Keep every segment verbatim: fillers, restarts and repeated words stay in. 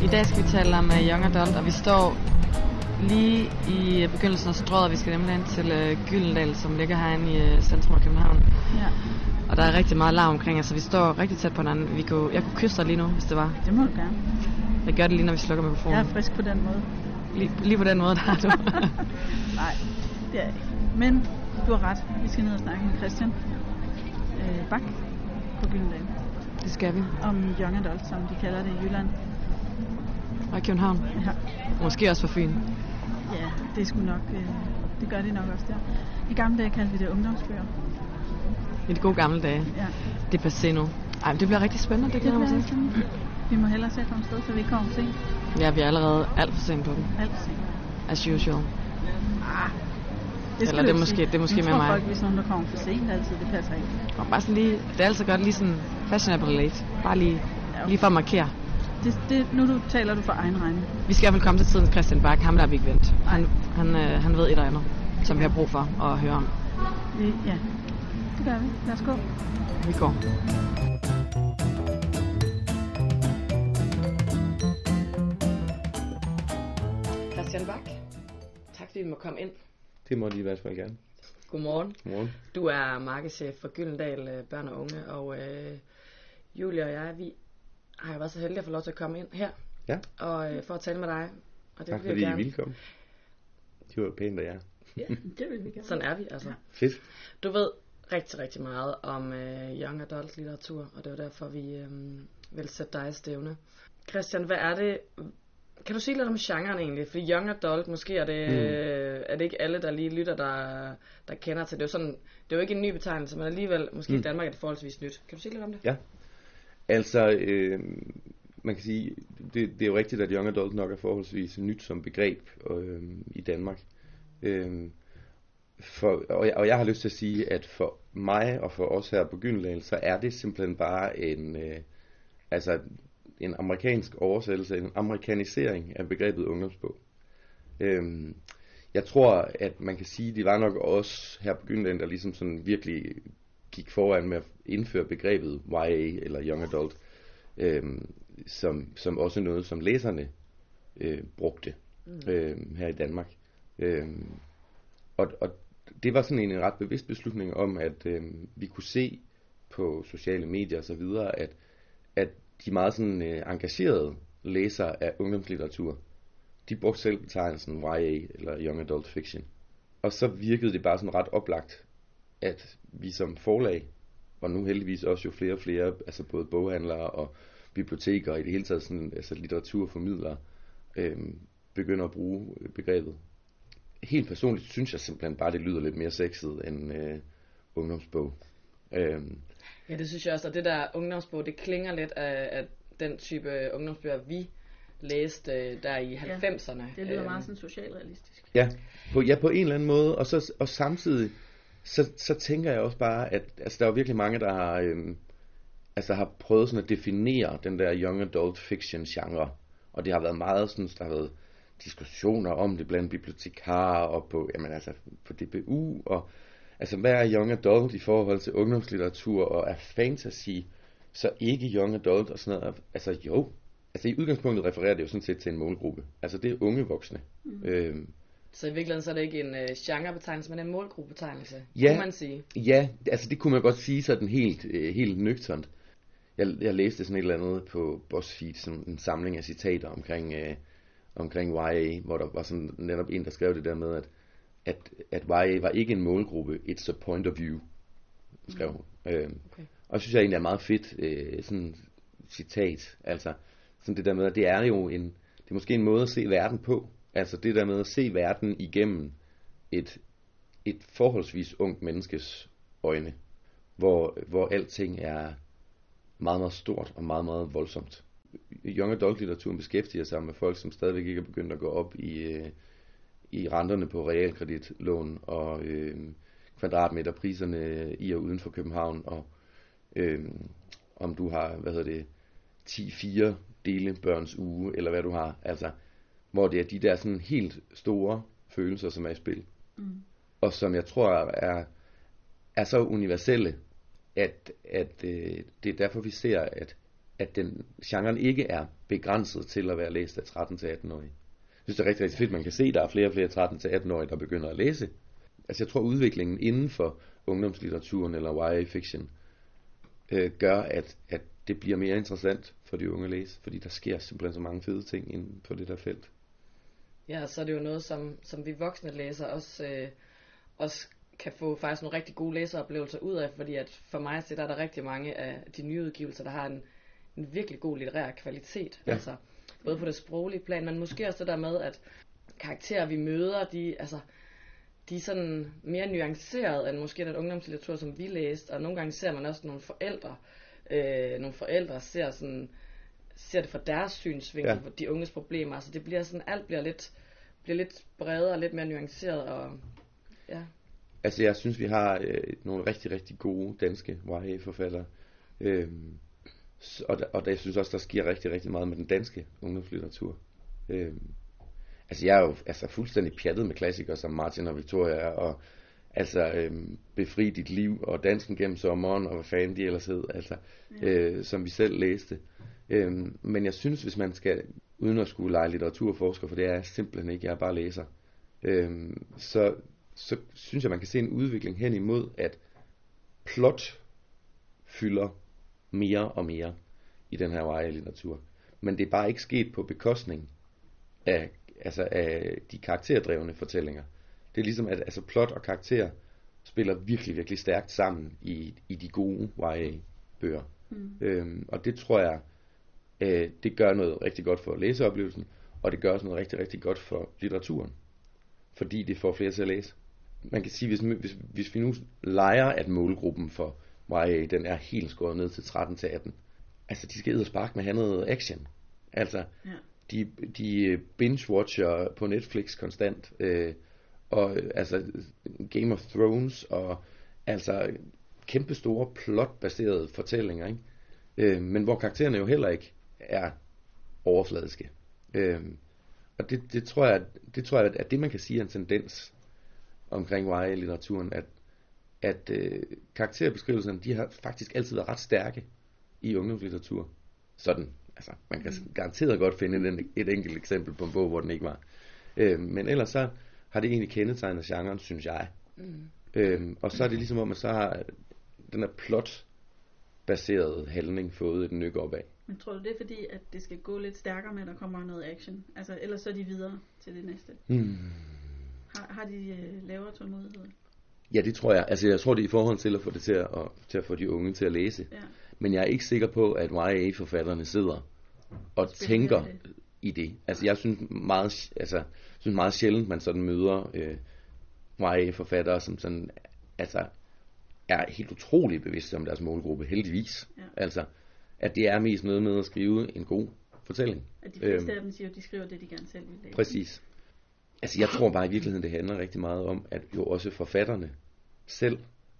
I dag skal vi tale om uh, Young Adult, og vi står lige i begyndelsen af strøget, og vi skal nemlig ind til uh, Gyldendal, som ligger herinde i uh, centrum af København. Ja. Og der er rigtig meget larm omkring, altså vi står rigtig tæt på hinanden. Vi kunne, jeg kunne kysse dig lige nu, hvis det var. Det må du gerne. Jeg gør det lige, når vi slukker mikrofonen. Jeg er frisk på den måde. Lige, lige på den måde, der er du. Nej, det er jeg ikke. Men du har ret. Vi skal ned og snakke med Christian øh, Bak på Gyldendal. Det skal vi. Om Young Adult, som de kalder det i Jylland. Og i København. Ja. Måske også på Fyn. Ja, det er sgu nok, øh, det gør de nok også der. I gamle dage kaldte vi det ungdomsbøger. I de gode gamle dage. Ja. Det er passé nu. Ej, det bliver rigtig spændende, det kan jeg sige. Vi må hellere sætte ham sted, så vi ikke kommer for sent. Ja, vi er allerede alt for sent på den. Alt for sent. As usual. Ah, det Eller det er måske, det er måske med med mig. Jeg tror folk, hvis nogen der kommer for sent altid, det passer ikke. Og bare sådan lige, det er altså godt lige sådan fashionable late. Bare lige, ja, okay. Lige for at markere. Det, det, nu du, taler du for egen regning. Vi skal i hvert fald komme til tiden Christian Bak, ham der har vi ikke vendt. Han, han, øh, han ved et eller andet, som vi har brug for at høre om. Vi, ja, det gør vi. Lad os gå. Vi går. Christian Bak, tak fordi vi må komme ind. Det må de i hvert fald gerne. Godmorgen. Godmorgen. Du er markedschef for Gyldendal Børn og Unge, og øh, Julie og jeg, vi har jo været så heldige at få lov til at komme ind her. Ja. Og øh, for at tale med dig. Og det tak fordi I ville komme. Det var pænt af jer. Ja, det vil vi gerne. Sådan er vi altså. Ja. Fedt. Du ved rigtig, rigtig meget om øh, Young Adult litteratur, og det er derfor, vi øh, vil sætte dig i stævne. Christian, hvad er det... Kan du sige lidt om genren egentlig? For Young Adult, måske er det, mm. øh, er det ikke alle, der lige lytter, der, der kender til det. Er jo sådan, det er jo ikke en ny betegnelse, men alligevel, måske mm. i Danmark er det forholdsvis nyt. Kan du sige lidt om det? Ja, altså, øh, man kan sige, det, det er jo rigtigt, at Young Adult nok er forholdsvis nyt som begreb øh, i Danmark. Øh, for, og, jeg, og jeg har lyst til at sige, at for mig og for os her på Gyldendal, så er det simpelthen bare en... Øh, altså... en amerikansk oversættelse, en amerikanisering af begrebet ungdomsbog. Øhm, jeg tror, at man kan sige, at det var nok også her på Gyldendal, der ligesom sådan virkelig gik foran med at indføre begrebet Y A eller Young Adult, øhm, som, som også noget, som læserne øh, brugte mm. øh, her i Danmark. Øhm, og, og det var sådan en ret bevidst beslutning om, at øh, vi kunne se på sociale medier og så videre, at, at de meget sådan øh, engagerede læsere af ungdomslitteratur, de brugte selv betegnelsen Y A eller Young Adult Fiction. Og så virkede det bare sådan ret oplagt, at vi som forlag, og nu heldigvis også jo flere og flere, altså både boghandlere og biblioteker og i det hele taget sådan, altså litteraturformidlere, øh, begynder at bruge begrebet. Helt personligt synes jeg simpelthen bare, det lyder lidt mere sexet end øh, ungdomsbog. Øh, Ja, det synes jeg også, og det der ungdomsbog, det klinger lidt af, af den type ungdomsbøger, vi læste der i halvfemserne. Ja, det lyder meget sådan socialrealistisk. Ja, på, ja, på en eller anden måde, og, så, og samtidig, så, så tænker jeg også bare, at altså, der er virkelig mange, der har, øhm, altså, har prøvet sådan at definere den der young adult fiction genre, og det har været meget sådan, der har været diskussioner om det blandt bibliotekarer og på, jamen, altså, på D B U, og altså, hvad er young adult i forhold til ungdomslitteratur, og er fantasy så ikke young adult og sådan noget? Altså, jo. Altså, i udgangspunktet refererer det jo sådan set til en målgruppe. Altså, det er unge voksne. Mm. Øhm. Så i virkeligheden så er det ikke en uh, genrebetegnelse, men en målgruppebetegnelse, ja, kunne man sige. Ja, altså, det kunne man godt sige sådan helt, øh, helt nøgternt. Jeg, jeg læste sådan et eller andet på BuzzFeed, sådan en samling af citater omkring, øh, omkring Y A, hvor der var sådan netop en, der skrev det der med, at at, at Y A var ikke en målgruppe, it's a point of view, skrev hun. Mm. Øhm, okay. Og synes jeg egentlig er meget fedt, øh, sådan citat, altså, sådan det der med, at det er jo en, det er måske en måde at se verden på, altså det der med at se verden igennem et, et forholdsvis ungt menneskes øjne, hvor, hvor alting er meget, meget stort og meget, meget voldsomt. Young adult litteraturen beskæftiger sig med folk, som stadigvæk ikke er begyndt at gå op i... Øh, i renterne på realkreditlån og øh, kvadratmeterpriserne i og uden for København, og øh, om du har, hvad hedder det, ti fire dele børns uge, eller hvad du har, altså, hvor det er de der sådan helt store følelser, som er i spil, mm. og som jeg tror er, er så universelle, at, at øh, det er derfor vi ser, at at den genren ikke er begrænset til at være læst af tretten til atten-årige. Jeg synes, det er rigtig, rigtig fedt, man kan se, at der er flere og flere tretten til atten-årige, der begynder at læse. Altså jeg tror, udviklingen inden for ungdomslitteraturen eller Y A fiction øh, gør, at, at det bliver mere interessant for de unge at læse, fordi der sker simpelthen så mange fede ting inden på det der felt. Ja, så er det jo noget, som, som vi voksne læser også, øh, også kan få faktisk nogle rigtig gode læseoplevelser ud af, fordi at for mig så der er der rigtig mange af de nye udgivelser, der har en, en virkelig god litterær kvalitet. Ja. Altså, både på det sproglige plan, men måske også det der med, at karakterer vi møder, de, altså, de er sådan mere nuanceret end måske den ungdomslitteratur, som vi læste, og nogle gange ser man også nogle forældre, øh, nogle forældre ser sådan, ser det fra deres synsvinkel, ja. De unges problemer, altså det bliver sådan, alt bliver lidt, bliver lidt bredere og lidt mere nuanceret, og ja. Altså jeg synes, vi har øh, nogle rigtig, rigtig gode danske Y A-forfattere, øhm, og, der, og der, jeg synes også, der sker rigtig, rigtig meget med den danske ungdomslitteratur. Øhm, altså jeg er jo altså, fuldstændig pjattet med klassikere som Martin og Victoria, og altså øhm, Befri dit liv, og Dansken gennem sommeren, og hvad fanden de ellers hed, altså, ja. øh, som vi selv læste. Øhm, men jeg synes, hvis man skal, uden at skulle lege litteraturforsker, for det er jeg simpelthen ikke, jeg er bare læser, øhm, så, så synes jeg, man kan se en udvikling hen imod, at plot fylder mere og mere i den her Y A-litteratur. Men det er bare ikke sket på bekostning af, altså af de karakterdrevne fortællinger. Det er ligesom, at altså plot og karakter spiller virkelig, virkelig stærkt sammen i, i de gode Y A-bøger. Mm. Øhm, og det tror jeg, øh, det gør noget rigtig godt for læseoplevelsen, og det gør også noget rigtig, rigtig godt for litteraturen. Fordi det får flere til at læse. Man kan sige, hvis, hvis, hvis vi nu leger, at målgruppen for Y A, den er helt skåret ned til tretten til atten. Altså, de skal edder sparke med have noget action. Altså, ja. de, de binge-watcher på Netflix konstant, øh, og altså Game of Thrones, og altså kæmpe store plot-baserede fortællinger, ikke? Øh, men hvor karaktererne jo heller ikke er overfladiske. Øh, og det, det tror jeg, det tror jeg, at det man kan sige er en tendens omkring Y A-litteraturen, at at øh, karakterbeskrivelserne, de har faktisk altid været ret stærke i ungdomslitteratur. Sådan, altså, man kan mm. garanteret godt finde et, et enkelt eksempel på en bog, hvor den ikke var. Øh, men ellers så har det egentlig kendetegnet genren, synes jeg. Mm. Øh, og så er det ligesom om, at så har den her plot-baserede handling fået et nyk opad. Men tror du det er fordi, at det skal gå lidt stærkere med, at der kommer noget action? Altså, ellers så er de videre til det næste. Mm. Har, har de øh, lavere tålmodighed? Ja, det tror jeg. Altså jeg tror det er i forhold til at få det til at, til at få de unge til at læse. Ja. Men jeg er ikke sikker på, at Y A-forfatterne sidder og Spiller tænker det. i det. Altså jeg synes meget, altså synes meget sjældent man sådan møder øh, Y A-forfattere, som sådan altså er helt utroligt bevidste om deres målgruppe, heldigvis. Ja. Altså at det er mest noget med at skrive en god fortælling. At de fleste øhm, af dem siger, at de skriver det, de gerne selv vil læse. Præcis. Altså jeg tror bare i virkeligheden, det handler rigtig meget om, at jo også forfatterne selv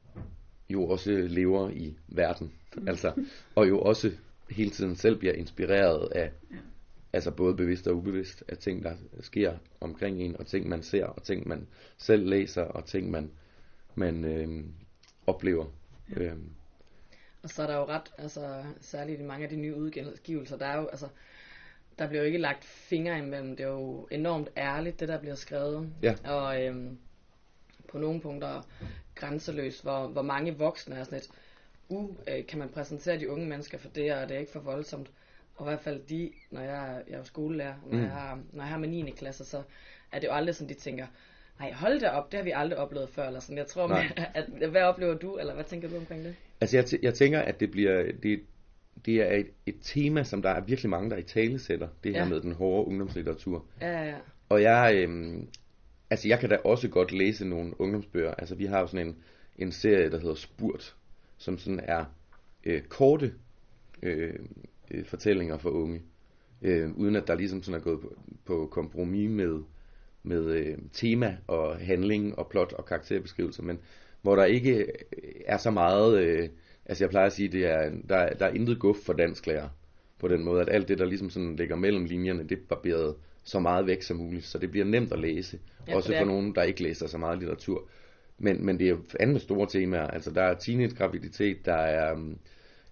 jo også lever i verden. Mm. Altså, og jo også hele tiden selv bliver inspireret af, ja. altså både bevidst og ubevidst, af ting, der sker omkring en, og ting man ser, og ting man selv læser, og ting man, man øh, oplever. Ja. Øhm. Og så er der jo ret, altså særligt i mange af de nye udgivelser, der er jo, altså der bliver jo ikke lagt fingre imellem. Det er jo enormt ærligt, det der bliver skrevet. Ja. Og øhm, på nogle punkter grænseløst, hvor, hvor mange voksne er sådan et, uh, øh, kan man præsentere de unge mennesker for det, og det er ikke for voldsomt. Og i hvert fald de, når jeg, jeg er skolelærer, når, mm. jeg har, når jeg har med niende klasse, så er det jo aldrig sådan, de tænker, nej, hold da op, det har vi aldrig oplevet før, eller sådan. Jeg tror, man, at, hvad oplever du, eller hvad tænker du omkring det? Altså, jeg, t- jeg tænker, at det bliver, det, det er et, et tema, som der er virkelig mange, der i tale sætter, det her ja. med den hårde ungdomslitteratur. Ja, ja, ja. Og jeg, øhm, altså, jeg kan da også godt læse nogle ungdomsbøger. Altså, vi har jo sådan en, en serie, der hedder Spurt, som sådan er øh, korte øh, øh, fortællinger for unge, øh, uden at der ligesom sådan er gået på, på kompromis med med øh, tema og handling og plot og karakterbeskrivelser, men hvor der ikke er så meget, øh, altså jeg plejer at sige, det er, der, der er intet guf for dansklærer, på den måde, at alt det, der ligesom sådan ligger mellem linjerne, det er barberet så meget væk som muligt, så det bliver nemt at læse, ja, også for, for nogen, der ikke læser så meget litteratur. Men, men det er jo andet store temaer, altså der er teenage-graviditet, der er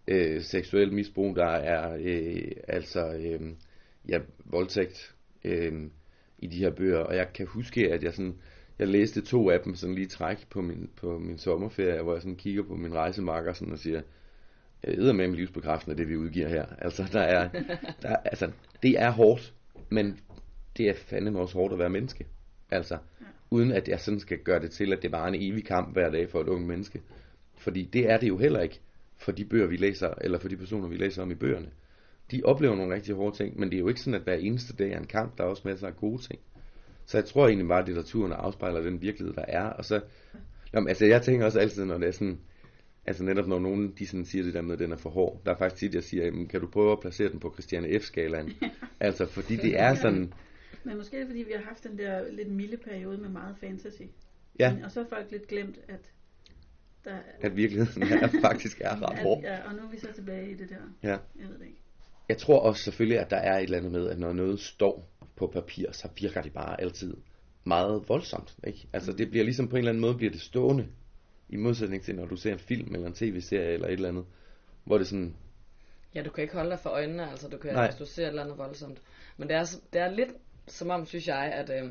øh, seksuel misbrug, der er øh, altså øh, ja, voldtægt øh, i de her bøger. Og jeg kan huske, at jeg sådan, jeg læste to af dem sådan lige træk på min, på min sommerferie, hvor jeg sådan kigger på min rejsemarker sådan og siger, eddermame med livsbekræftende, det vi udgiver her. Altså, der er, der, altså, det er hårdt, men det er fandeme også hårdt at være menneske. Altså, ja. Uden at jeg sådan skal gøre det til, at det bare er en evig kamp hver dag for et unge menneske. Fordi det er det jo heller ikke for de bøger, vi læser, eller for de personer, vi læser om i bøgerne. De oplever nogle rigtig hårde ting, men det er jo ikke sådan, at hver eneste dag er en kamp. Der er også masser af gode ting. Så jeg tror egentlig bare, at litteraturen afspejler den virkelighed, der er. Og så, jamen, altså, jeg tænker også altid, når det er sådan, altså netop når nogen de sådan siger det der med, at den er for hård. Der er faktisk tit, jeg siger, jamen, kan du prøve at placere den på Christiane F-skalaen? Altså, fordi det er sådan... Men måske er det, fordi vi har haft den der lidt milde periode med meget fantasy. Ja. Og så har folk lidt glemt, at... Der... At virkeligheden er, faktisk er ret hård. Ja, og nu er vi så tilbage i det der. Ja. Jeg ved det ikke. Jeg tror også selvfølgelig, at der er et eller andet med, at når noget står på papir, så virker det bare altid meget voldsomt. Ikke? Altså, det bliver ligesom på en eller anden måde, bliver det stående. I modsætning til, når du ser en film eller en tv-serie eller et eller andet, hvor det sådan... Ja, du kan ikke holde dig for øjnene, altså du kan, Nej. hvis du ser et eller andet voldsomt. Men det er, det er lidt som om, synes jeg, at, øh,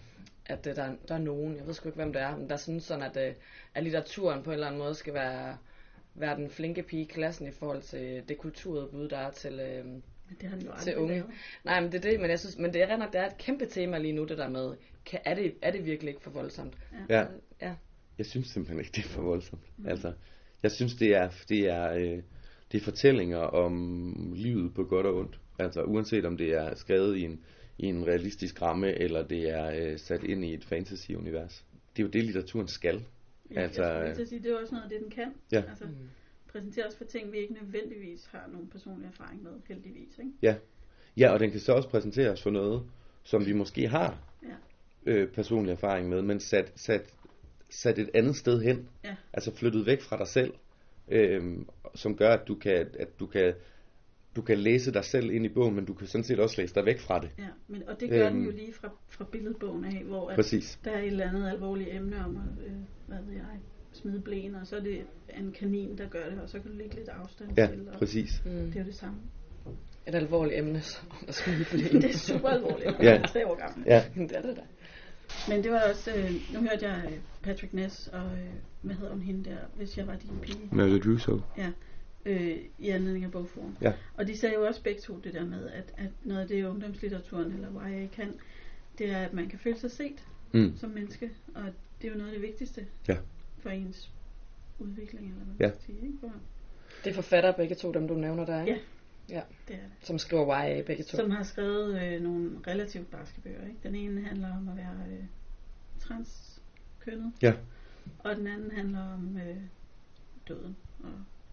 at øh, der, der er nogen, jeg ved sgu ikke, hvem det er, men der synes sådan, at, øh, at litteraturen på en eller anden måde skal være, være den flinke pige i klassen i forhold til det kulturudbud, der er til, øh, Men det har den jo til unge. lavet. Nej, men det er det, men jeg synes, men det er rent, det er et kæmpe tema lige nu, det der med, kan, er, det, er det virkelig ikke for voldsomt? Ja. Ja. Jeg synes simpelthen ikke, det er for voldsomt. Mm. Altså, jeg synes, det er, det er, øh, det er fortællinger om livet på godt og ondt. Altså, uanset om det er skrevet i en, i en realistisk ramme, eller det er øh, sat ind i et fantasy-univers. Det er jo det, litteraturen skal. Ja, altså, jeg skulle lige til at sige, det er jo også noget af det, den kan. Ja. Altså, præsentere os for ting, vi ikke nødvendigvis har nogen personlig erfaring med, heldigvis. Ikke? Ja. Ja, og den kan så også præsentere os for noget, som vi måske har Ja. øh, personlig erfaring med, men sat, sat, sat et andet sted hen. Ja. Altså flyttet væk fra dig selv, øh, som gør, at du kan, at du kan, du kan læse dig selv ind i bogen, men du kan sådan set også læse dig væk fra det. Ja, men, og det gør Øhm, den jo lige fra, fra billedbogen af, hvor at Præcis. der er et eller andet alvorligt emne om at, øh, hvad ved jeg, smide blæen, og så er det en kanin, der gør det, og så kan du lægge lidt afstand Ja, til. Og præcis. Mm. det er jo det samme. Et alvorligt emne, om at smide på det. Det er super alvorligt. Ja. Jeg er tre år gammel. Ja. Det er det da. Men det var også, øh, nu hørte jeg øh, Patrick Ness, og øh, hvad hedder hun hende der, hvis jeg var din pige. Mary Druso. Ja, øh, i anledning af bogforum. Ja. Og de sagde jo også begge to det der med, at, at noget af det ungdomslitteraturen, eller Y A kan, det er, at man kan føle sig set Mm. som menneske, og det er jo noget af det vigtigste Ja. for ens udvikling, eller hvad Ja. man skal sige, ikke? For, Det er forfattere begge to, dem du nævner der, ikke? Ja. Ja. det er det. Som skriver Y A begge to. Som har skrevet øh, nogle relativt barske bøger, ikke? Den ene handler om at være øh, transkønnet, Ja. og den anden handler om øh, døden. Og,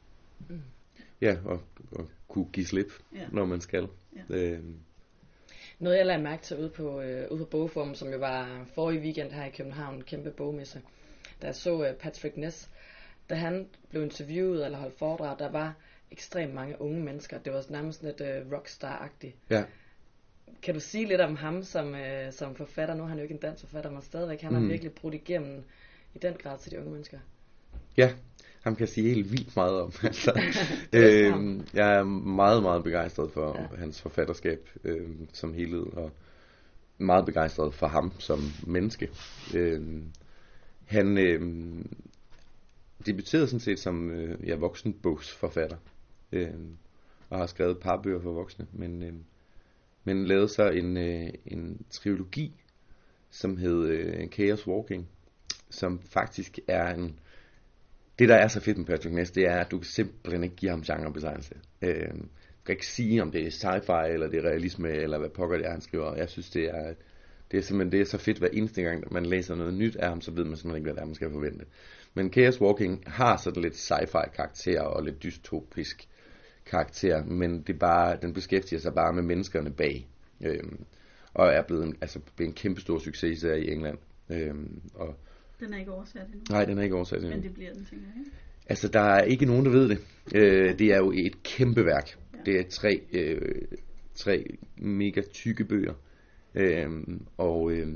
Ja, og, og kunne give slip, Ja. når man skal. Ja. Øhm, Noget jeg lagde mærke til ude på, øh, ude på Bogforum, som jo var forrige weekend her i København, en kæmpe bogmesse, da jeg så øh, Patrick Ness, da han blev interviewet eller holdt foredrag, der var ekstremt mange unge mennesker. Det var nærmest lidt øh, rockstar-agtigt. ja. Kan du sige lidt om ham som, øh, som forfatter? Nu er han jo ikke en dansk forfatter, men stadigvæk. Han Mm. har virkelig brudt igennem i den grad til de unge mennesker. Ja, ham kan jeg sige helt vildt meget om. Altså, Det er øhm, jeg er meget, meget begejstret for Ja. hans forfatterskab øhm, som helhed, og meget begejstret for ham som menneske. Øhm, han øhm, debuterede sådan set som øh, ja, voksenbogsforfatter, øhm, og har skrevet et par bøger for voksne, men, øhm, men lavede så en, øh, en trilogi, som hed øh, Chaos Walking, som faktisk er en... Det, der er så fedt med Patrick Ness, det er, at du kan simpelthen ikke give ham genrebetegnelse. Øh, du kan ikke sige, om det er sci-fi, eller det er realisme, eller hvad pokker det er, han skriver. Jeg synes, det er, det er simpelthen det er så fedt, hver eneste gang, man læser noget nyt af ham, så ved man simpelthen ikke, hvad det er, man skal forvente. Men Chaos Walking har sådan lidt sci-fi karakter, og lidt dystopisk karakter, men det er bare, den beskæftiger sig bare med menneskerne bag. Øh, og er blevet en, altså, blevet en kæmpe stor succes især i England. Øh, og den er ikke oversat endnu. Nej, den er ikke oversat endnu. Men det bliver den, tænker jeg, ikke? Altså, der er ikke nogen, der ved det. Øh, det er jo et kæmpe værk. Ja. Det er tre, øh, tre mega tykke bøger. Øh, og, øh,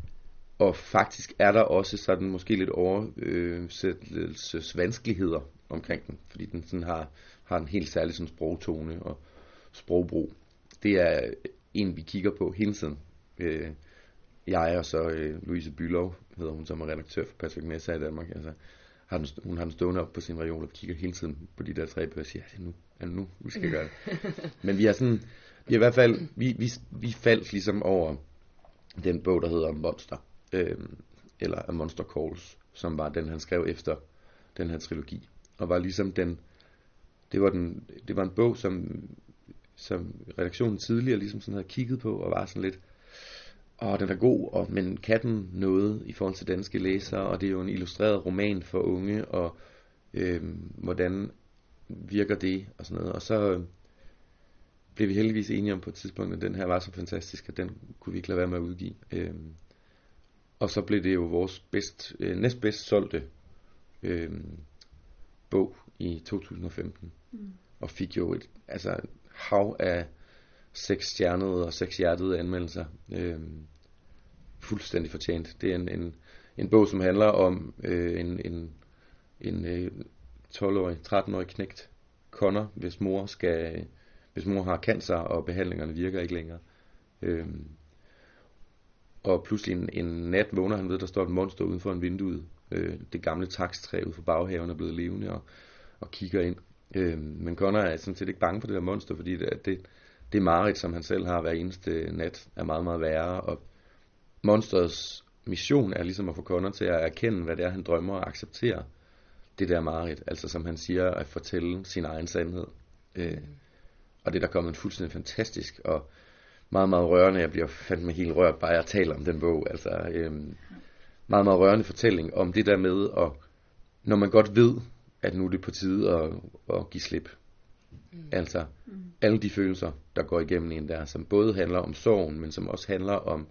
og faktisk er der også sådan måske lidt oversættelsesvanskeligheder omkring den, fordi den sådan har, har en helt særlig sådan sprogtone og sprogbrug. Det er en, vi kigger på hele tiden. Øh, jeg og så øh, Louise Bülow, hedder hun, som er redaktør for Patrick Messa i Danmark. Altså, har den, hun har den stående op på sin reol og kigger hele tiden på de der tre bøger og siger, ja, det er nu, er det nu, vi skal gøre det. Men vi har sådan, vi har i hvert fald, vi, vi, vi faldt ligesom over den bog, der hedder Monster, øh, eller A Monster Calls, som var den, han skrev efter den her trilogi. Og var ligesom den, det var, den, det var en bog, som, som redaktionen tidligere ligesom sådan havde kigget på, og var sådan lidt, åh, den er god, og, men kan den noget i forhold til danske læsere, og det er jo en illustreret roman for unge, og øh, hvordan virker det, og sådan noget. Og så øh, blev vi heldigvis enige om på et tidspunkt, at den her var så fantastisk, at den kunne vi ikke lade være med at udgive. Øh, og så blev det jo vores bedst, øh, næstbedst solgte øh, bog i to tusind og femten, mm. og fik jo et altså, hav af seksstjernede og sekshjertede anmeldelser. Øh, fuldstændig fortjent. Det er en, en, en bog, som handler om øh, en, en, en øh, tolv-årig, tretten-årig knægt, Connor, hvis mor, skal, hvis mor har cancer, og behandlingerne virker ikke længere. Øh, og pludselig en, en nat vågner han ved, der står et monster uden for en vindue. Øh, det gamle taksttræ ude for baghaven er blevet levende og, og kigger ind. Øh, men Connor er sådan set ikke bange for det der monster, fordi det, det, det mareridt, som han selv har hver eneste nat, er meget, meget værre. Og monsterets mission er ligesom at få Connor til at erkende, hvad det er, han drømmer, og acceptere det der mareridt. Altså som han siger, at fortælle sin egen sandhed. Øh, og det er der kommet en fuldstændig fantastisk og meget, meget rørende. Jeg bliver fandme helt rørt bare at tale om den bog. Altså øh, meget, meget rørende fortælling om det der med, at når man godt ved, at nu er det på tide at, at give slip. Mm. Altså mm. alle de følelser, der går igennem en der, som både handler om sorgen, men som også handler om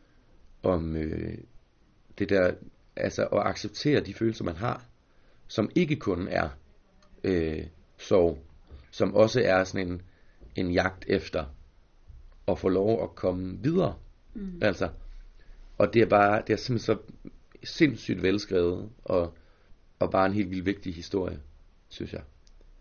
om øh, det der, altså at acceptere de følelser man har, som ikke kun er øh, sorg, som også er sådan en en jagt efter at få lov at komme videre. Mm. Altså, og det er bare, det er simpelthen så sindssygt velskrevet og og bare en helt vildt vigtig historie, synes jeg.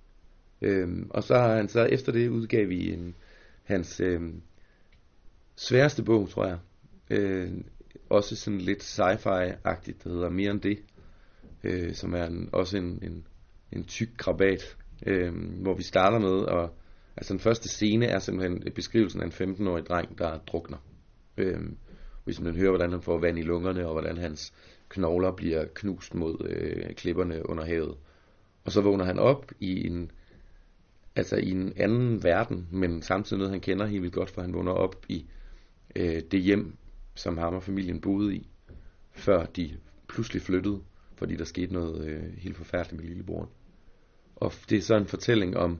Øhm, og så har han så efter det udgav vi en, hans øhm, sværeste bog, tror jeg. Øh, også sådan lidt sci-fi-agtigt, der hedder Mere end det, øh, som er en, også en, en, en tyk krabat, øh, hvor vi starter med, og altså den første scene er simpelthen beskrivelsen af en femten-årig dreng, der drukner. Øh, vi simpelthen hører, hvordan han får vand i lungerne, og hvordan hans knogler bliver knust mod øh, klipperne under havet. Og så vågner han op i en altså i en anden verden, men samtidig noget han kender helt vildt godt, for han vågner op i øh, det hjem, som ham og familien boede i, før de pludselig flyttede, fordi der skete noget øh, helt forfærdeligt med lillebroren. Og det er så en fortælling om,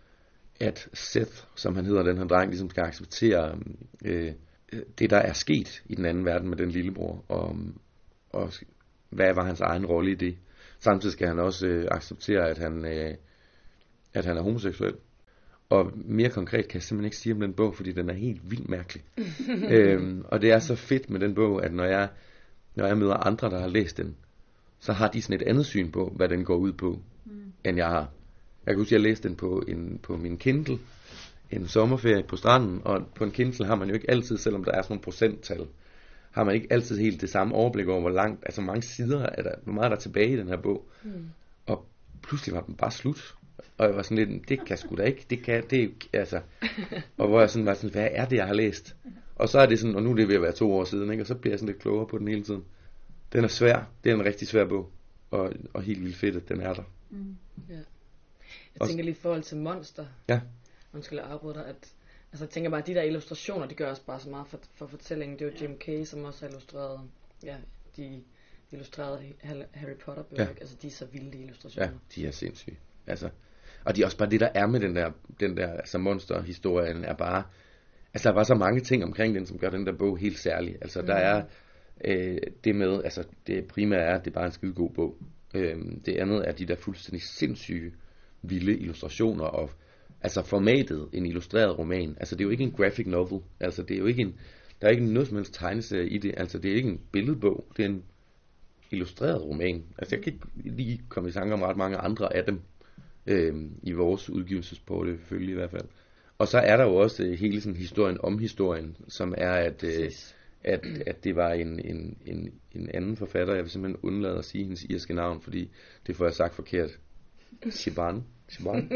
at Seth, som han hedder, den her dreng, ligesom skal acceptere øh, det, der er sket i den anden verden med den lillebror, og og hvad var hans egen rolle i det. Samtidig skal han også øh, acceptere, at han, øh, at han er homoseksuel. Og mere konkret kan jeg simpelthen ikke sige om den bog, fordi den er helt vildt mærkelig. øhm, og det er så fedt med den bog, at når jeg, når jeg møder andre, der har læst den, så har de sådan et andet syn på, hvad den går ud på, mm. end jeg har. Jeg kan huske, at jeg læste den på, en, på min Kindle, en sommerferie på stranden, og på en Kindle har man jo ikke altid, selvom der er sådan nogle procenttal, har man ikke altid helt det samme overblik over, hvor langt, altså hvor mange sider er der, hvor meget er der tilbage i den her bog. Mm. Og pludselig var den bare slut. Og jeg var sådan lidt, det kan sgu da ikke, det kan, det altså. Og hvor jeg sådan var sådan, hvad er det, jeg har læst? Og så er det sådan, og nu er det ved at være to år siden, ikke? Og så bliver jeg sådan lidt klogere på den hele tiden. Den er svær, det er en rigtig svær bog. Og, og helt vildt fedt, at den er der. Mm. Ja. Jeg tænker lige i forhold til Monster. Ja. Undskyld, jeg afbryder dig, at altså jeg tænker bare, at de der illustrationer, de gør også bare så meget for, for fortællingen. Det er jo Jim Kay, som også har illustreret, ja, de illustrerede Harry Potter bøger, ja. Altså de er så vilde, de illustrationer. Ja, de er sindssyge. Altså, og de er også bare det, der er med den der, den der altså monsterhistorien, er bare, altså der er bare så mange ting omkring den, som gør den der bog helt særlig. Altså mm. der er øh, det med, altså det primære er, at det er bare en skide god bog. Øh, det andet er de der fuldstændig sindssyge, vilde illustrationer, og altså formatet en illustreret roman. Altså det er jo ikke en graphic novel. Altså det er jo ikke en, der er ikke noget som helst tegneserie i det. Altså det er ikke en billedbog. Det er en illustreret roman. Altså jeg kan ikke lige komme i tanke om ret mange andre af dem øh, i vores udgivelsesportefølge i hvert fald. Og så er der jo også øh, hele sådan historien om historien, som er at, øh, at, at det var en, en, en, en anden forfatter. Jeg vil simpelthen undlade at sige hendes irske navn, fordi det får jeg sagt forkert. Siobhan. Siobhan.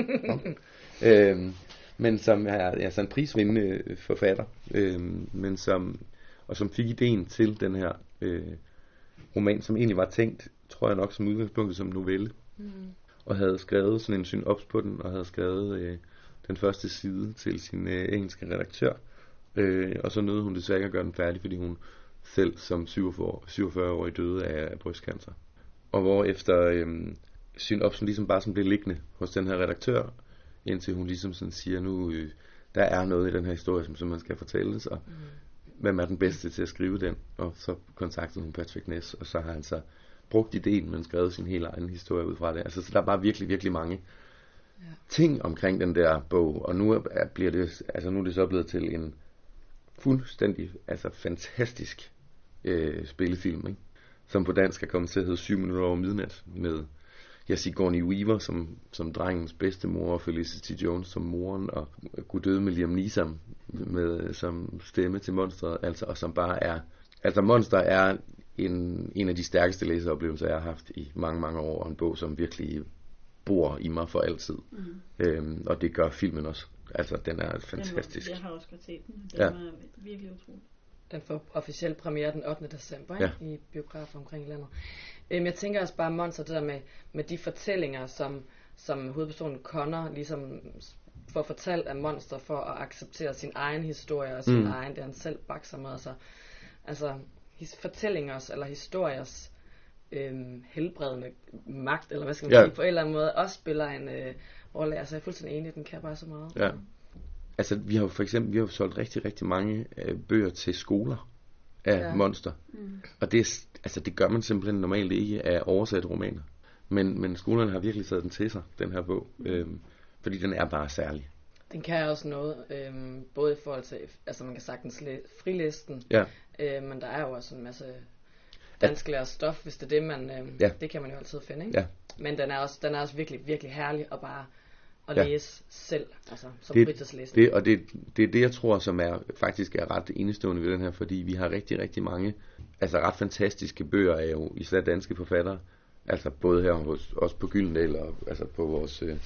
Ja. øhm, men som er altså en prisvindende forfatter, øhm, men som, og som fik ideen til den her øh, roman, som egentlig var tænkt, tror jeg nok, som udgangspunkt som novelle. Mm. Og havde skrevet sådan en synops på den, og havde skrevet øh, den første side til sin øh, engelske redaktør. Øh, og så nåede hun desværre at gøre den færdig, fordi hun selv som syvogfyrre-årig døde af brystcancer. Og hvor efter øh, synopsen ligesom bare sådan blev liggende hos den her redaktør, indtil hun ligesom sådan siger, nu øh, der er noget i den her historie, som, som man skal fortælles, og mm. hvem er den bedste til at skrive den? Og så kontaktede hun Patrick Ness, og så har han så brugt ideen, men skrevet sin helt egen historie ud fra det. Altså, så der er bare virkelig, virkelig mange ja. ting omkring den der bog, og nu er, bliver det, altså nu er det så blevet til en fuldstændig, altså fantastisk øh, spillefilm, ikke? Som på dansk er kommet til at hedde syv minutter over midnat, med ja, Sigourney Weaver som, som drengens bedstemor, og Felicity Jones som moren, og guddøde med Liam Neeson med, som stemme til Monsteret, altså, og som bare er, altså Monster er en, en af de stærkeste læseoplevelser, jeg har haft i mange, mange år, og en bog, som virkelig bor i mig for altid. Mm. Øhm, og det gør filmen også. Altså, den er fantastisk. Den var, jeg har også godt set den. Den ja. var virkelig utrolig. Den får officielt premiere den ottende december, ikke? Ja. I biografer omkring landet. Øhm, jeg tænker også bare, Monster, det der med, med de fortællinger, som, som hovedpersonen Connor ligesom får fortalt af Monster, for at acceptere sin egen historie, og sin mm. egen, det han selv bakser med. Altså, altså his, fortællingers, eller historiers øhm, helbredende magt, eller hvad skal man ja. sige, på en eller anden måde, også spiller en øh, rolle. Altså, jeg er fuldstændig enig, den kan bare så meget. Ja. Altså, vi har jo for eksempel, vi har jo solgt rigtig, rigtig mange øh, bøger til skoler af ja. Monster. Mm. Og det, er, altså, det gør man simpelthen normalt ikke af oversatte romaner. Men, men skolerne har virkelig taget den til sig, den her bog. Mm. Øhm, fordi den er bare særlig. Den kan også noget, øhm, både i forhold til, altså man kan sagtens læse frilisten, ja. øh, men der er jo også en masse dansklærer stof, hvis det er det, man, øh, ja. det kan man jo altid finde, ikke? Ja. Men den er, også, den er også virkelig, virkelig herlig at bare at ja. læse selv, altså som fritidslæsning. Det, og det, det er det, jeg tror, som er faktisk er ret enestående ved den her, fordi vi har rigtig, rigtig mange, altså ret fantastiske bøger af jo især danske forfattere, altså både her hos os på Gyldendal og altså på vores øh,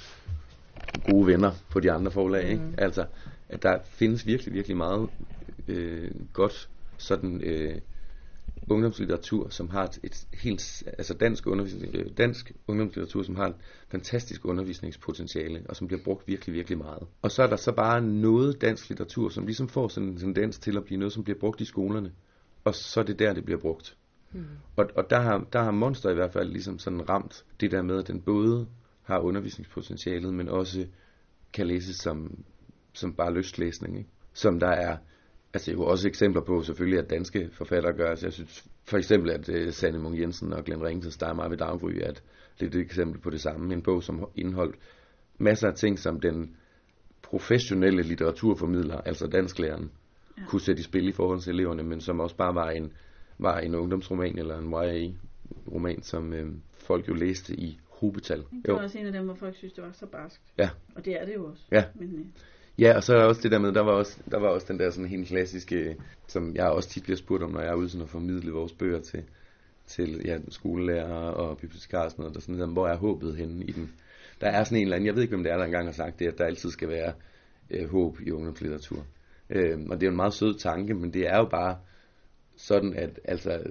gode venner på de andre forlag, ikke? Mm. Altså, at der findes virkelig, virkelig meget øh, godt sådan øh, ungdomslitteratur, som har et, et helt, altså dansk, undervisning, øh, dansk ungdomslitteratur, som har et fantastisk undervisningspotentiale, og som bliver brugt virkelig, virkelig meget. Og så er der så bare noget dansk litteratur, som ligesom får sådan en tendens til at blive noget, som bliver brugt i skolerne, og så er det der, det bliver brugt. Mm. Og, og der, har, der har Monster i hvert fald ligesom sådan ramt det der med, at den både har undervisningspotentialet, men også kan læses som, som bare lystlæsning, ikke? Som der er, altså jo også eksempler på selvfølgelig, at danske forfattere gør. Altså jeg synes for eksempel, at uh, Sanne Munk Jensen og Glenn Ringteds Der er meget ved daggry, at det er et eksempel på det samme. En bog, som indeholdt masser af ting, som den professionelle litteraturformidler, altså dansklæreren, ja. kunne sætte i spil i forhold til eleverne, men som også bare var en, var en ungdomsroman eller en Y A-roman, som øh, folk jo læste i hobetal. Det var jo også en af dem, hvor folk synes, det var så barskt. Ja. Og det er det jo også. Ja. Men, øh. Ja, og så er der også det der med, der var også, der var også den der sådan helt klassiske, som jeg også tit bliver spurgt om, når jeg er ude sådan at formidle vores bøger til, til ja, skolelærer og bibliotekarer og sådan noget, der sådan, hvor er håbet henne i den. Der er sådan en eller anden, jeg ved ikke, om det er, der engang har sagt det, at der altid skal være øh, håb i ungdomslitteratur. Øh, og det er jo en meget sød tanke, men det er jo bare sådan, at altså,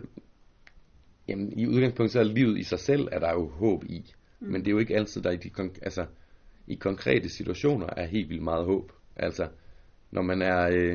jamen, i udgangspunktet så er livet i sig selv, er der jo håb i. Mm. Men det er jo ikke altid, der i de altså, i konkrete situationer er helt vildt meget håb. Altså, når man er øh,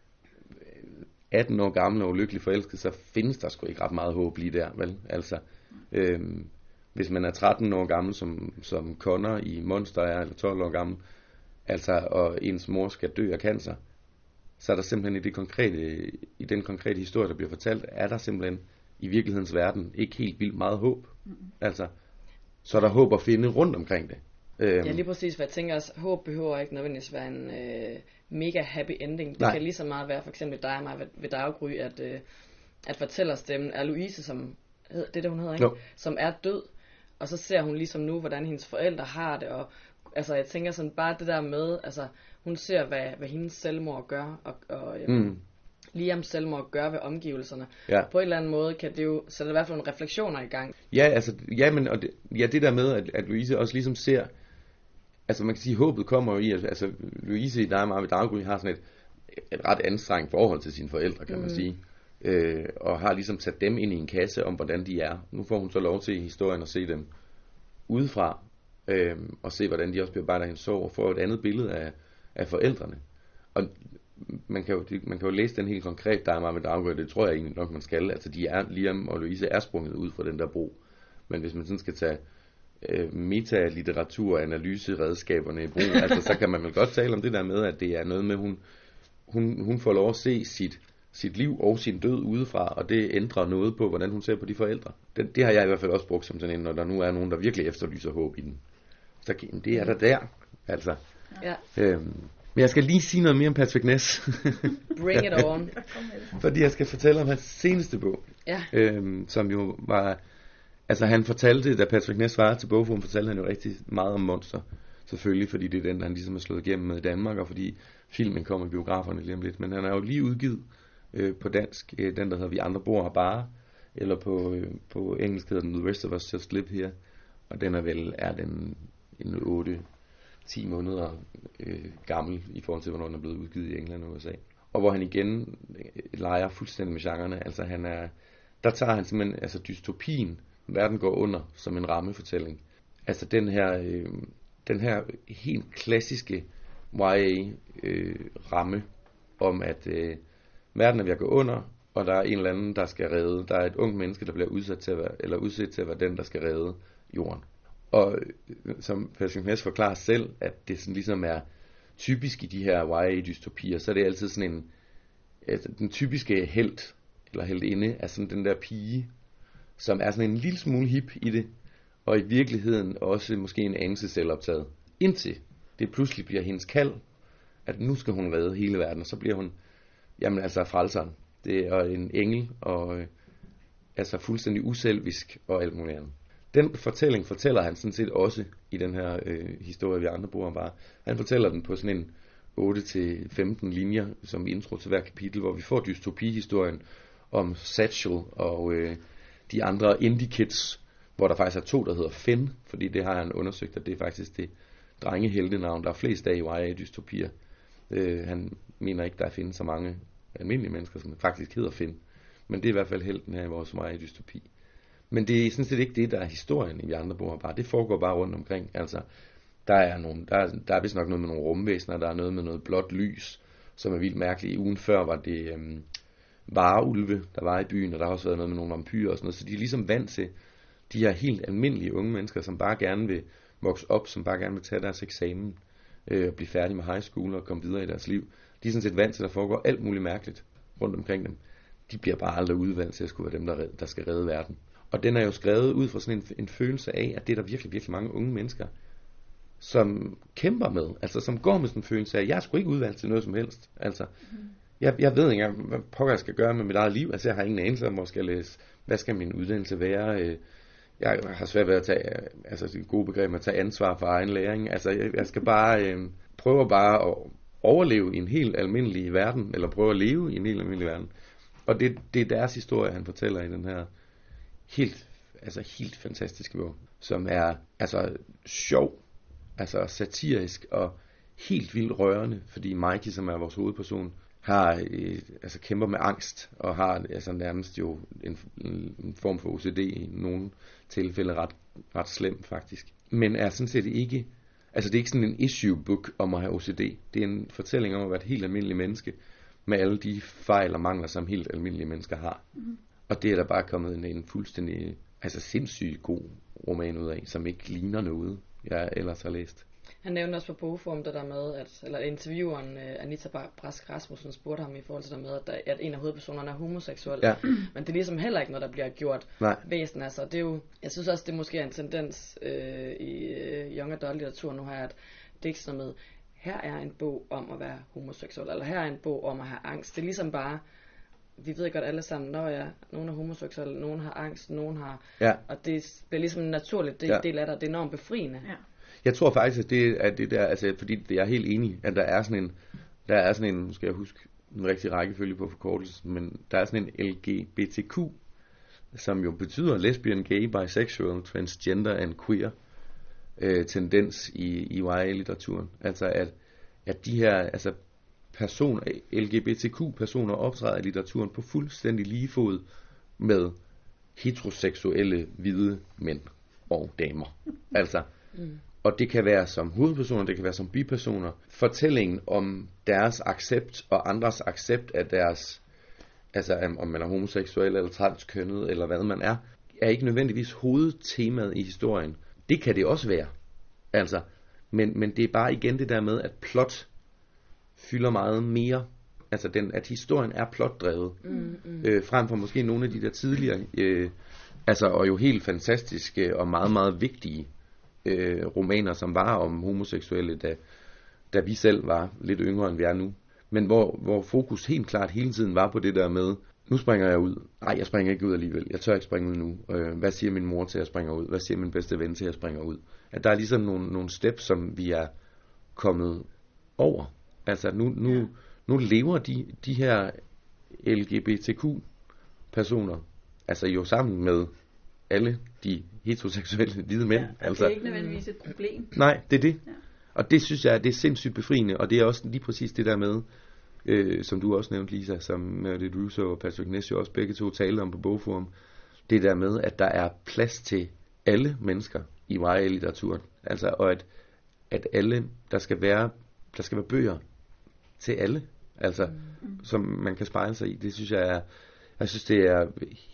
atten år gammel og ulykkelig forelsket, så findes der sgu ikke ret meget håb lige der, vel? Altså, øh, hvis man er tretten år gammel, som, som Connor i Monster er, eller tolv år gammel, altså, og ens mor skal dø af cancer, så er der simpelthen i, det konkrete, i den konkrete historie, der bliver fortalt, er der simpelthen i virkelighedens verden ikke helt vildt meget håb. Mm-hmm. Altså, så er der håb at finde rundt omkring det. Ja, lige præcis, for jeg tænker også, håb behøver ikke nødvendigvis være en øh, mega happy ending. Det Nej. kan lige så meget være, for eksempel dig og mig ved, ved daggry, at, øh, at fortællerstemmen er Louise, som det er det, hun hedder, ikke? Jo. Som er død. Og så ser hun ligesom nu, hvordan hendes forældre har det, og altså jeg tænker sådan bare det der med, altså hun ser, hvad, hvad hendes selvmord gør, og, og øhm, mm. Liams selvmord gør ved omgivelserne. Ja. På en eller anden måde kan det jo sætte i hvert fald nogle refleksioner i gang. Ja, altså, ja, men og det, ja, det der med, at, at Louise også ligesom ser, altså man kan sige, håbet kommer jo i, at altså, Louise i Dig, Marve Dagry har sådan et, et ret anstrengt forhold til sine forældre, kan mm. man sige. Øh, og har ligesom sat dem ind i en kasse om, hvordan de er. Nu får hun så lov til i historien at se dem udefra, øh, og se, hvordan de også bearbejder hendes sorg, og får et andet billede af, af forældrene. Og man kan, jo, man kan jo læse den helt konkret, der er meget med Dagry, det tror jeg egentlig nok, man skal. Altså, de er, Liam og Louise er sprunget ud fra den der bro. Men hvis man sådan skal tage øh, metalitteratur og analyseredskaberne i brug, altså, så kan man vel godt tale om det der med, at det er noget med, hun, hun, hun får lov at se sit, sit liv og sin død udefra, og det ændrer noget på, hvordan hun ser på de forældre. Det, det har jeg i hvert fald også brugt som sådan en, når der nu er nogen, der virkelig efterlyser håb i den. Så det er der der, altså. Ja. Øhm, Men jeg skal lige sige noget mere om Patrick Ness. Bring it on. Fordi jeg skal fortælle om hans seneste bog. Ja. Øhm, som jo var... Altså han fortalte, da Patrick Ness var til bogforum, fortalte han jo rigtig meget om Monster. Selvfølgelig, fordi det er den, han ligesom er slået igennem med i Danmark, og fordi filmen kommer i biograferne lige om lidt. Men han er jo lige udgivet øh, på dansk, øh, den der hedder Vi andre bor her bare. Eller på, øh, på engelsk hedder den The Rest of Us Just Live Here. Og den er vel, er den en otte ti måneder øh, gammel i forhold til, hvornår den er blevet udgivet i England og U S A. Og hvor han igen øh, leger fuldstændig med genrerne. Altså han er, der tager han simpelthen altså dystopien, verden går under, som en rammefortælling. Altså den her, øh, den her helt klassiske Y A øh, ramme om, at øh, verden er ved at gå under, og der er en eller anden, der skal redde. Der er et ungt menneske, der bliver udsat til at være, eller udsat til at være den, der skal redde jorden. Og som Patrick Ness forklarer selv, at det sådan ligesom er typisk i de her Y A-dystopier, så er det altid sådan en, altså den typiske helt, eller heltinde, er sådan den der pige, som er sådan en lille smule hip i det, og i virkeligheden også måske en anelse selvoptaget. Indtil det pludselig bliver hendes kald, at nu skal hun redde hele verden, og så bliver hun, jamen altså frelseren. Det er en engel, og øh, altså fuldstændig uselvisk, og alt muligt andet. Den fortælling fortæller han sådan set også i den her øh, historie, vi andre bruger bare. Han fortæller den på sådan en otte til femten linjer som intro til hver kapitel, hvor vi får dystopihistorien om Satchel og øh, de andre indie kids, hvor der faktisk er to, der hedder Finn, fordi det har han undersøgt, at det er faktisk det drengeheltenavn, der er flest af i Y A-dystopier. Øh, han mener ikke, der findes så mange almindelige mennesker, som faktisk hedder Finn, men det er i hvert fald helten her i vores Y A-dystopi. Men det er sådan set ikke det, der er historien i Vi andre bor her bare. Det foregår bare rundt omkring. Altså, der er, nogle, der, er, der er vist nok noget med nogle rumvæsener, der er noget med noget blåt lys, som er vildt mærkeligt. Ugen før var det øhm, vareulve, der var i byen, og der har også været noget med nogle vampyrer og sådan noget. Så de er ligesom vant til de her helt almindelige unge mennesker, som bare gerne vil vokse op, som bare gerne vil tage deres eksamen, øh, blive færdige med high school og komme videre i deres liv. De er sådan set vant til, at der foregår alt muligt mærkeligt rundt omkring dem. De bliver bare aldrig udvalgt til at skulle være dem, der, red, der skal redde verden. Og den er jo skrevet ud fra sådan en, en følelse af, at det er der virkelig, virkelig mange unge mennesker, som kæmper med. Altså som går med sådan en følelse af, at jeg er sgu ikke udvalgt til noget som helst. Altså, mm. jeg, jeg ved ikke engang, hvad pokker jeg skal gøre med mit eget liv. Altså jeg har ingen anelse om, hvor skal jeg læse. Hvad skal min uddannelse være? Jeg har svært ved at tage, altså det gode begreb med at tage ansvar for egen læring. Altså jeg, jeg skal bare øh, prøve bare at overleve i en helt almindelig verden, eller prøve at leve i en helt almindelig verden. Og det, det er deres historie, han fortæller i den her helt, altså helt fantastiske bog, som er altså sjov, altså satirisk og helt vildt rørende, fordi Mikey, som er vores hovedperson, har øh, altså kæmper med angst og har altså nærmest jo en, en form for O C D i nogle tilfælde ret ret slem faktisk, men er sådan set ikke, altså det er ikke sådan en issue book om at have O C D. Det er en fortælling om at være et helt almindeligt menneske med alle de fejl og mangler, som helt almindelige mennesker har. Mm. Og det er der bare kommet en, en fuldstændig, altså sindssygt god roman ud af, som ikke ligner noget, jeg ellers har læst. Han nævnte også på bogforum det der med, at, eller intervieweren Anita Brask Rasmussen spurgte ham i forhold til det med, at, der, at en af hovedpersonerne er homoseksuel. Ja. Men det er ligesom heller ikke noget, der bliver gjort væsen. Altså, det er jo, jeg synes også, det måske er en tendens øh, i øh, young adult litteratur nu her, at det er ikke sådan noget med, her er en bog om at være homoseksuel, eller her er en bog om at have angst. Det er ligesom bare, vi ved godt alle sammen, når jeg, nogen er homoseksuelle, nogen har angst, nogen har, ja. og det bliver ligesom naturligt, det er ja. en del af det, det er enormt befriende. Ja. Jeg tror faktisk, at det er det der, altså fordi jeg er helt enig, at der er sådan en, der er sådan en, nu skal jeg huske en rigtig rækkefølge på forkortelsen, men der er sådan en L G B T Q, som jo betyder lesbian, gay, bisexual, transgender and queer øh, tendens i, i Y A-litteraturen. Altså at, at de her altså personer, L G B T Q-personer optræder i litteraturen på fuldstændig lige fod med heteroseksuelle hvide mænd og damer. Altså, mm. og det kan være som hovedpersoner, det kan være som bipersoner. Fortællingen om deres accept og andres accept af deres, altså om man er homoseksuel eller transkønnet eller hvad man er, er ikke nødvendigvis hovedtemaet i historien. Det kan det også være. Altså, men, men det er bare igen det der med, at plot fylder meget mere. Altså, den, at historien er plotdrevet. Mm, mm. Øh, frem for måske nogle af de der tidligere, øh, altså, og jo helt fantastiske og meget, meget vigtige øh, romaner, som var om homoseksuelle, da, da vi selv var lidt yngre, end vi er nu. Men hvor, hvor fokus helt klart hele tiden var på det der med, nu springer jeg ud. Nej, jeg springer ikke ud alligevel. Jeg tør ikke springe ud nu. Øh, hvad siger min mor til, at jeg springer ud? Hvad siger min bedste ven til, at jeg springer ud? At der er ligesom nogle, nogle steps, som vi er kommet over. Altså nu, nu, nu lever de, de her L G B T Q-personer, altså jo sammen med alle de heteroseksuelle hvide mænd. Ja, altså, det er ikke nødvendigvis et problem. Nej, det er det. Ja. Og det synes jeg, det er sindssygt befriende, og det er også lige præcis det der med, øh, som du også nævnte, Lisa, som Meredith Russo og Patrick Ness jo også begge to talte om på Bogforum, det der med, at der er plads til alle mennesker i Y A-litteraturen. Altså, og at, at alle, der skal være, der skal være bøger til alle, altså, mm. som man kan spejle sig i. Det synes jeg er, jeg synes det er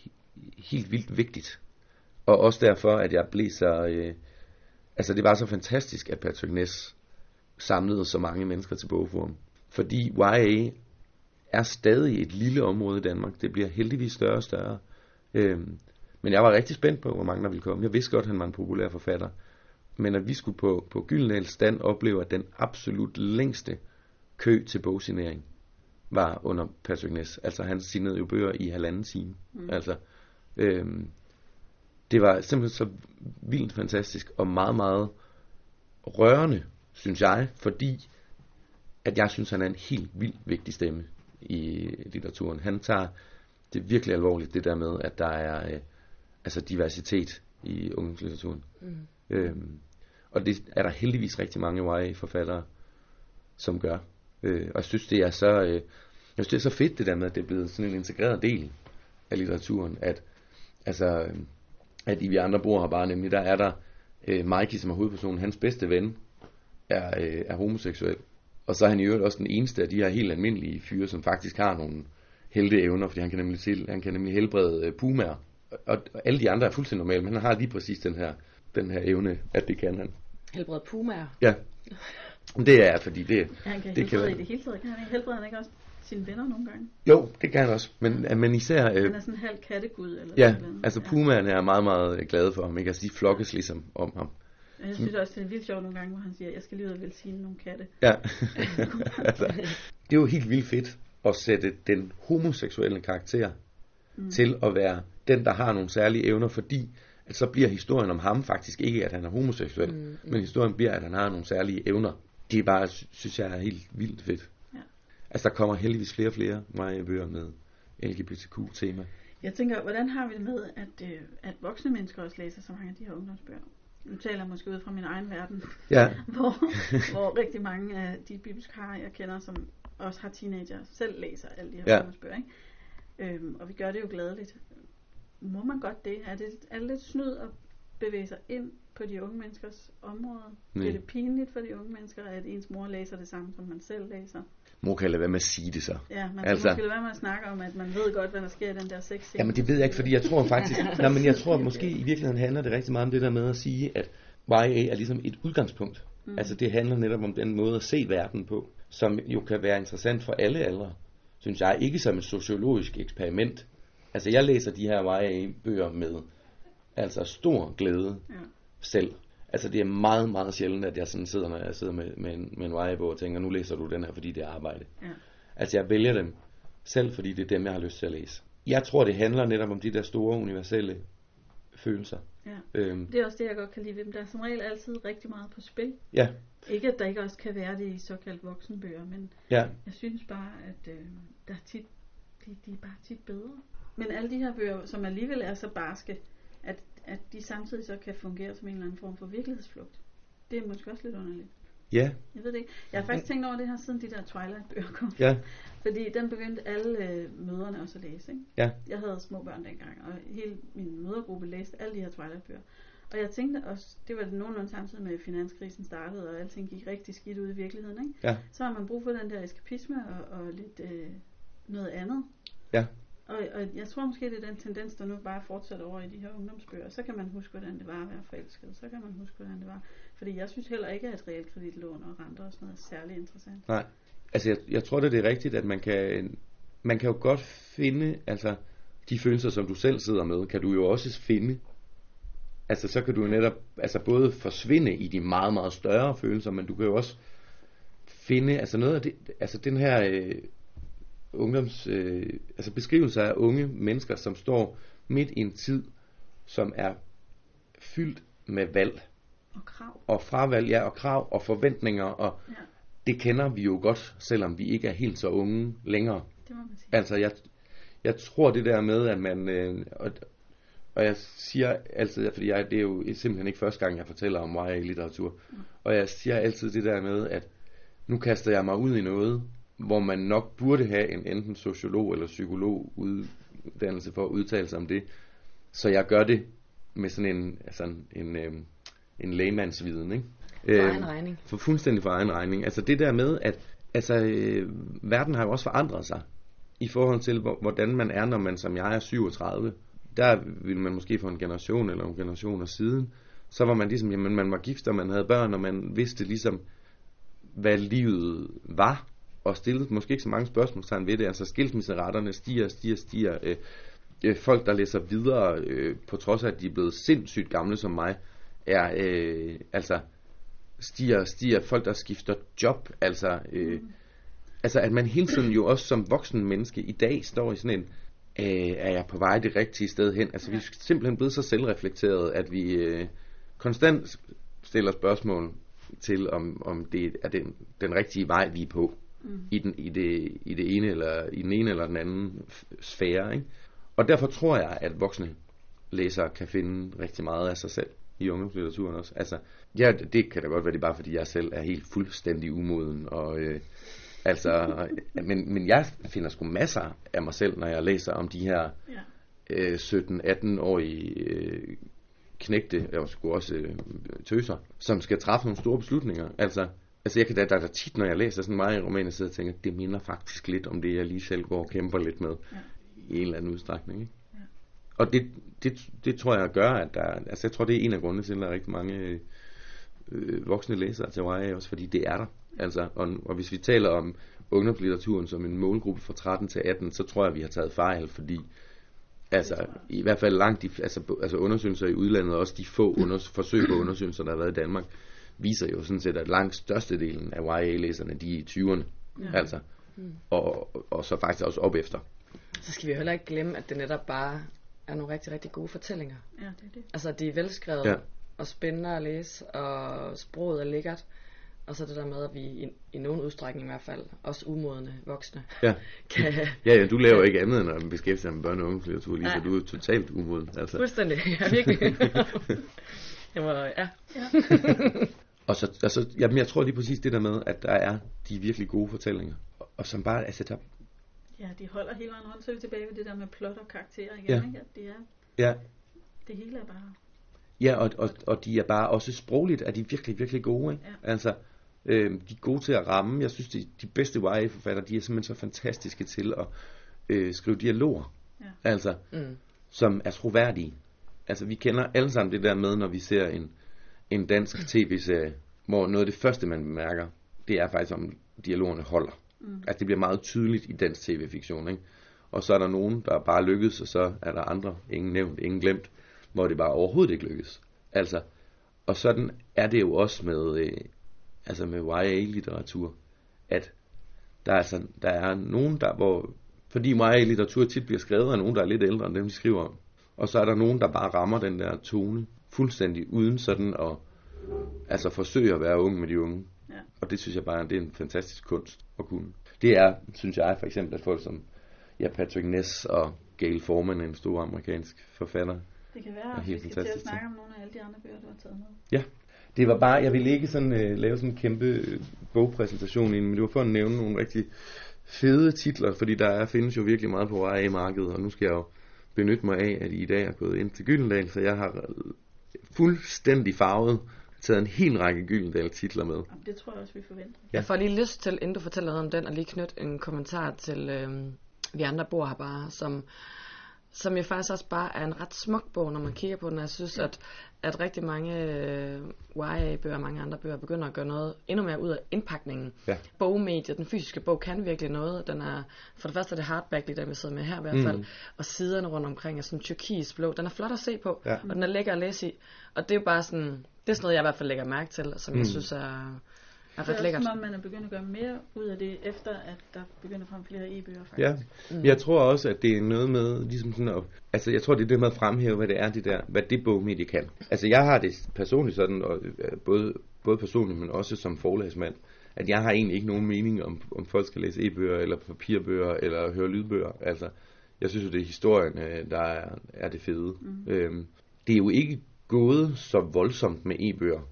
helt vildt vigtigt. Og også derfor, at jeg blev så, øh, altså det var så fantastisk, at Patrick Ness samlede så mange mennesker til Bogforum. Fordi Y A er stadig et lille område i Danmark. Det bliver heldigvis større og større. Øhm, men jeg var rigtig spændt på, hvor mange der ville komme. Jeg vidste godt, at han var en populær forfatter. Men at vi skulle på, på Gyldendals stand opleve, at den absolut længste kø til bogsignering var under Patrick Ness. Altså han signerede jo bøger i halvanden time. Mm. Altså, øhm, det var simpelthen så vildt fantastisk og meget, meget rørende, synes jeg, fordi at jeg synes, han er en helt vildt vigtig stemme i litteraturen. Han tager det virkelig alvorligt, det der med, at der er øh, altså diversitet i ungdomslitteraturen. Mm. Øhm, og det er der heldigvis rigtig mange Y A-forfattere, som gør. Øh, og jeg synes, det er så, øh, jeg synes, det er så fedt, det der med, at det er blevet sådan en integreret del af litteraturen, at altså, at i Vi Andre Bor Her Bare, nemlig der er der øh, Mikey, som er hovedpersonen, hans bedste ven er, øh, er homoseksuel. Og så er han i øvrigt også den eneste af de her helt almindelige fyre, som faktisk har nogle helteevner, fordi han kan nemlig, til, han kan nemlig helbrede øh, pumaer. Og, og alle de andre er fuldstændig normale, men han har lige præcis den her, den her evne, at det kan han. Helbrede pumaer? Ja. Det er, fordi det... Ja, han kan det helbrede kan, i det hele taget. Kan han ikke helbrede han ikke også sine venner nogle gange? Jo, det kan han også. Men, ja. men især... Øh, han er sådan en halv kattegud. Eller ja, noget. altså pumaerne er meget, meget glade for ham. Ikke? Altså de flokkes ligesom om ham. Jeg synes også, det er vildt sjovt nogle gange, hvor han siger, jeg skal lige ud og velsigne nogle katte. Ja, altså, det er jo helt vildt fedt at sætte den homoseksuelle karakter mm. til at være den, der har nogle særlige evner, fordi at så bliver historien om ham faktisk ikke, at han er homoseksuel, mm, mm. men historien bliver, at han har nogle særlige evner. Det er bare, synes jeg, er helt vildt fedt. Ja. Altså, der kommer heldigvis flere og flere mange bøger med L G B T Q-tema. Jeg tænker, hvordan har vi det med, at, øh, at voksne mennesker også læser så mange af de her ungdomsbøger? Nu taler jeg måske ud fra min egen verden, ja. hvor, hvor rigtig mange af de biblioteker, jeg kender, som også har teenager, selv læser alle de her ja. ungdomsbøger. Ikke? Øhm, og vi gør det jo gladeligt. Må man godt det? Er det, er det lidt snyd at bevæge sig ind på de unge menneskers område? Mm. Er det pinligt for de unge mennesker, at ens mor læser det samme, som man selv læser? Mor kan lade være med at sige det så. Ja, man altså, måske lade være med at snakke om, at man ved godt, hvad der sker i den der sex. Ja, men det ved jeg ikke, fordi jeg tror faktisk... nej, men jeg tror at måske i virkeligheden handler det rigtig meget om det der med at sige, at Y A er ligesom et udgangspunkt. Mm. Altså det handler netop om den måde at se verden på, som jo kan være interessant for alle aldre, synes jeg. Ikke som et sociologisk eksperiment. Altså jeg læser de her Y A-bøger med altså stor glæde ja. selv. Altså det er meget, meget sjældent, at jeg sådan sidder, når jeg sidder med, med en, med en Y A-bog og tænker, nu læser du den her, fordi det er arbejde. Ja. Altså jeg vælger dem selv fordi det er dem, jeg har lyst til at læse. Jeg tror, det handler netop om de der store universelle følelser. Ja. Øhm, Det er også det, jeg godt kan lide ved dem. Der er som regel altid rigtig meget på spil. ja, Ikke at der ikke også kan være det i såkaldt voksenbøger, men ja, jeg synes bare, at øh, der er tit, de, de er bare tit bedre. Men alle de her bøger, som alligevel er så barske, at, at de samtidig så kan fungere som en eller anden form for virkelighedsflugt. Det er måske også lidt underligt. ja, Jeg ved det ikke. Jeg har faktisk tænkt over det her, siden de der Twilight-bøger kom. ja, Fordi den begyndte alle øh, mødrene også at læse. Ikke? ja, Jeg havde små børn dengang, og hele min mødergruppe læste alle de her Twilight-bøger. Og jeg tænkte også, det var det nogenlunde samtidig med, at finanskrisen startede, og alting gik rigtig skidt ud i virkeligheden. Ikke? ja, Så har man brug for den der eskapisme og, og lidt øh, noget andet. ja, Og, og jeg tror måske, det er den tendens, der nu bare fortsætter over i de her ungdomsbøger. Så kan man huske, hvordan det var at være forelsket. Så kan man huske, hvordan det var. Fordi jeg synes heller ikke, at realkreditlån og renter og sådan noget er særlig interessant. nej. Altså, jeg, jeg tror det er rigtigt, at man kan, man kan jo godt finde, altså, de følelser, som du selv sidder med, kan du jo også finde. Altså, så kan du jo netop, altså, både forsvinde i de meget, meget større følelser, men du kan jo også finde, altså noget af det, altså den her øh, ungdoms, øh, altså beskrivelser af unge mennesker, som står midt i en tid, som er fyldt med valg. Og krav. Og fravalg, ja, og krav og forventninger, og Ja, det kender vi jo godt, selvom vi ikke er helt så unge længere. det må man sige. Altså, jeg, jeg tror det der med, at man, øh, og, og jeg siger altid, fordi jeg, det er jo simpelthen ikke første gang, jeg fortæller om mig i litteratur, mm. og jeg siger altid det der med, at nu kaster jeg mig ud i noget, hvor man nok burde have en enten sociolog eller psykolog uddannelse for at udtale sig om det, så jeg gør det med sådan en, altså en, en, øh, en lægemandsviden, ikke? For øh, egen regning. For fuldstændig for egen regning. Altså det der med, at altså, øh, verden har jo også forandret sig i forhold til, hvordan man er, når man som jeg er syvogtredive. Der ville man måske få en generation eller nogle generationer siden. Så var man ligesom, jamen man var gift, og man havde børn, og man vidste ligesom, hvad livet var, og stillede måske ikke så mange spørgsmålstegn ved det. Altså skilsmisseretterne stiger, stiger, stiger. Øh, øh, folk, der læser videre, øh, på trods af, at de er blevet sindssygt gamle som mig, er øh, altså stiger, stiger. Folk, der skifter job, altså, øh, mm. altså at man hele tiden jo også som voksen menneske i dag står i sådan en, øh, er jeg på vej det rigtige sted hen? Altså ja. Vi er simpelthen blevet så selvreflekteret, at vi øh, konstant stiller spørgsmål til, om, om det er den, den rigtige vej, vi er på. Mm. I, den, i, det, i det ene eller i den ene eller den anden sfære, ikke? Og derfor tror jeg, at voksne læsere kan finde rigtig meget af sig selv i ungdomslitteraturen også. Altså, ja, det kan da godt være, det er bare fordi jeg selv er helt fuldstændig umoden og øh, altså, men, men jeg finder sgu masser af mig selv, når jeg læser om de her øh, sytten-atten-årige øh, knægte, og sgu også øh, tøser, som skal træffe nogle store beslutninger. Altså, altså jeg kan da, der er tit, når jeg læser sådan meget i romaner, sidder og tænker, det minder faktisk lidt om det, jeg lige selv går og kæmper lidt med, ja. I en eller anden udstrækning, ikke? Ja. Og det, det, det tror jeg gør, at der, altså jeg tror, det er en af grundene til, at der er rigtig mange øh, voksne læsere til Y A, også fordi det er der. Altså, og, og hvis vi taler om ungdomslitteraturen som en målgruppe fra tretten til atten, så tror jeg, vi har taget fejl, fordi altså, i hvert fald langt de, altså, altså undersøgelser i udlandet, også de få unders- forsøg på undersøgelser, der har været i Danmark, viser jo sådan set, at langt størstedelen af Y A-læserne, de er i tyverne, ja. Altså, mm. og, og så faktisk også op efter. Så skal vi heller ikke glemme, at det netop bare er nogle rigtig, rigtig gode fortællinger. Ja, det er det. Altså, de er velskrevet, ja. Og spændende at læse, og sproget er lækkert. Og så det der med, at vi i, i nogen udstrækning i hvert fald, også umodne voksne, ja. kan... Ja, ja, du laver ikke andet end at beskæftige dig med børne- og ungdomslitteratur, lige så du er totalt umoden. Altså. Fuldstændig, ja, virkelig. Jeg må, ja. ja. Og så, altså, jamen, jeg tror lige præcis det der med, at der er de virkelig gode fortællinger, og, og som bare, altså der... Ja, de holder hele vejen rundt, så er vi tilbage ved det der med plot og karakterer igen, ja. Ikke? At det er... Ja. Det hele er bare... Ja, og, og, og de er bare også sprogligt, er de virkelig, virkelig gode, ikke? Ja. Altså, øh, de er gode til at ramme. Jeg synes, de, de bedste Y A-forfattere, de er simpelthen så fantastiske til at øh, skrive dialoger, ja. Altså, mm. som er troværdige. Altså, vi kender alle sammen det der med, når vi ser en, en dansk tv-serie, hvor noget af det første, man bemærker, det er faktisk, om dialogerne holder. Mm. Altså, det bliver meget tydeligt i dansk tv-fiktion, ikke? Og så er der nogen, der bare lykkes, og så er der andre, ingen nævnt, ingen glemt, hvor det bare overhovedet ikke lykkes. Altså, og sådan er det jo også med, øh, altså med Y A-litteratur, at der er, altså, der er nogen, der, hvor Fordi Y A-litteratur tit bliver skrevet af nogen, der er lidt ældre end dem, de skriver om. Og så er der nogen, der bare rammer den der tone fuldstændig uden sådan at altså forsøge at være unge med de unge. Ja. Og det synes jeg bare, det er en fantastisk kunst at kunne. Det er, synes jeg for eksempel, at folk som ja, Patrick Ness og Gail Forman, en stor amerikansk forfatter. Det kan være, at vi skal til at snakke om nogle af alle de andre bøger, du har taget med. Ja, det var bare, jeg ville ikke sådan, uh, lave sådan en kæmpe uh, bogpræsentation inden, men det var for at nævne nogle rigtig fede titler, fordi der er, findes jo virkelig meget på Y A-markedet, og nu skal jeg jo benytte mig af, at I i dag er gået ind til Gyldendal, så jeg har fuldstændig farvet taget en hel række Gyldendal-titler med. Jamen, det tror jeg også, vi forventer. Ja. Jeg får lige lyst til, inden du fortæller noget om den, og lige knytte en kommentar til øh, Vi andre bor her bare, som, som jo faktisk også bare er en ret smuk bog, når man kigger på den. Jeg synes, ja. at, at rigtig mange øh, Y A-bøger og mange andre bøger begynder at gøre noget endnu mere ud af indpakningen. Ja. Bogmediet, den fysiske bog, kan virkelig noget. Den er, for det første er det hardback, lige der vi sidder med her i hvert fald, mm. og siderne rundt omkring er sådan turkisblå. Den er flot at se på, ja. og den er lækker at læse i. Og det er jo bare sådan, det er sådan noget, jeg i hvert fald lægger mærke til, som mm. jeg synes er, er ret lækkert. Det er også som om, man er begyndt at gøre mere ud af det, efter at der begynder frem flere e-bøger faktisk. Ja, mm. jeg tror også, at det er noget med, ligesom sådan at, altså jeg tror, det er det med at fremhæve, hvad det er, det der, hvad det bogmedie kan. Altså jeg har det personligt sådan, og både, både personligt, men også som forlagsmand, at jeg har egentlig ikke nogen mening om, om folk skal læse e-bøger, eller papirbøger, eller høre lydbøger. Altså, jeg synes jo, det er historien, der er, er det fede. Mm. Øhm, det er jo ikke gået så voldsomt med e-bøger,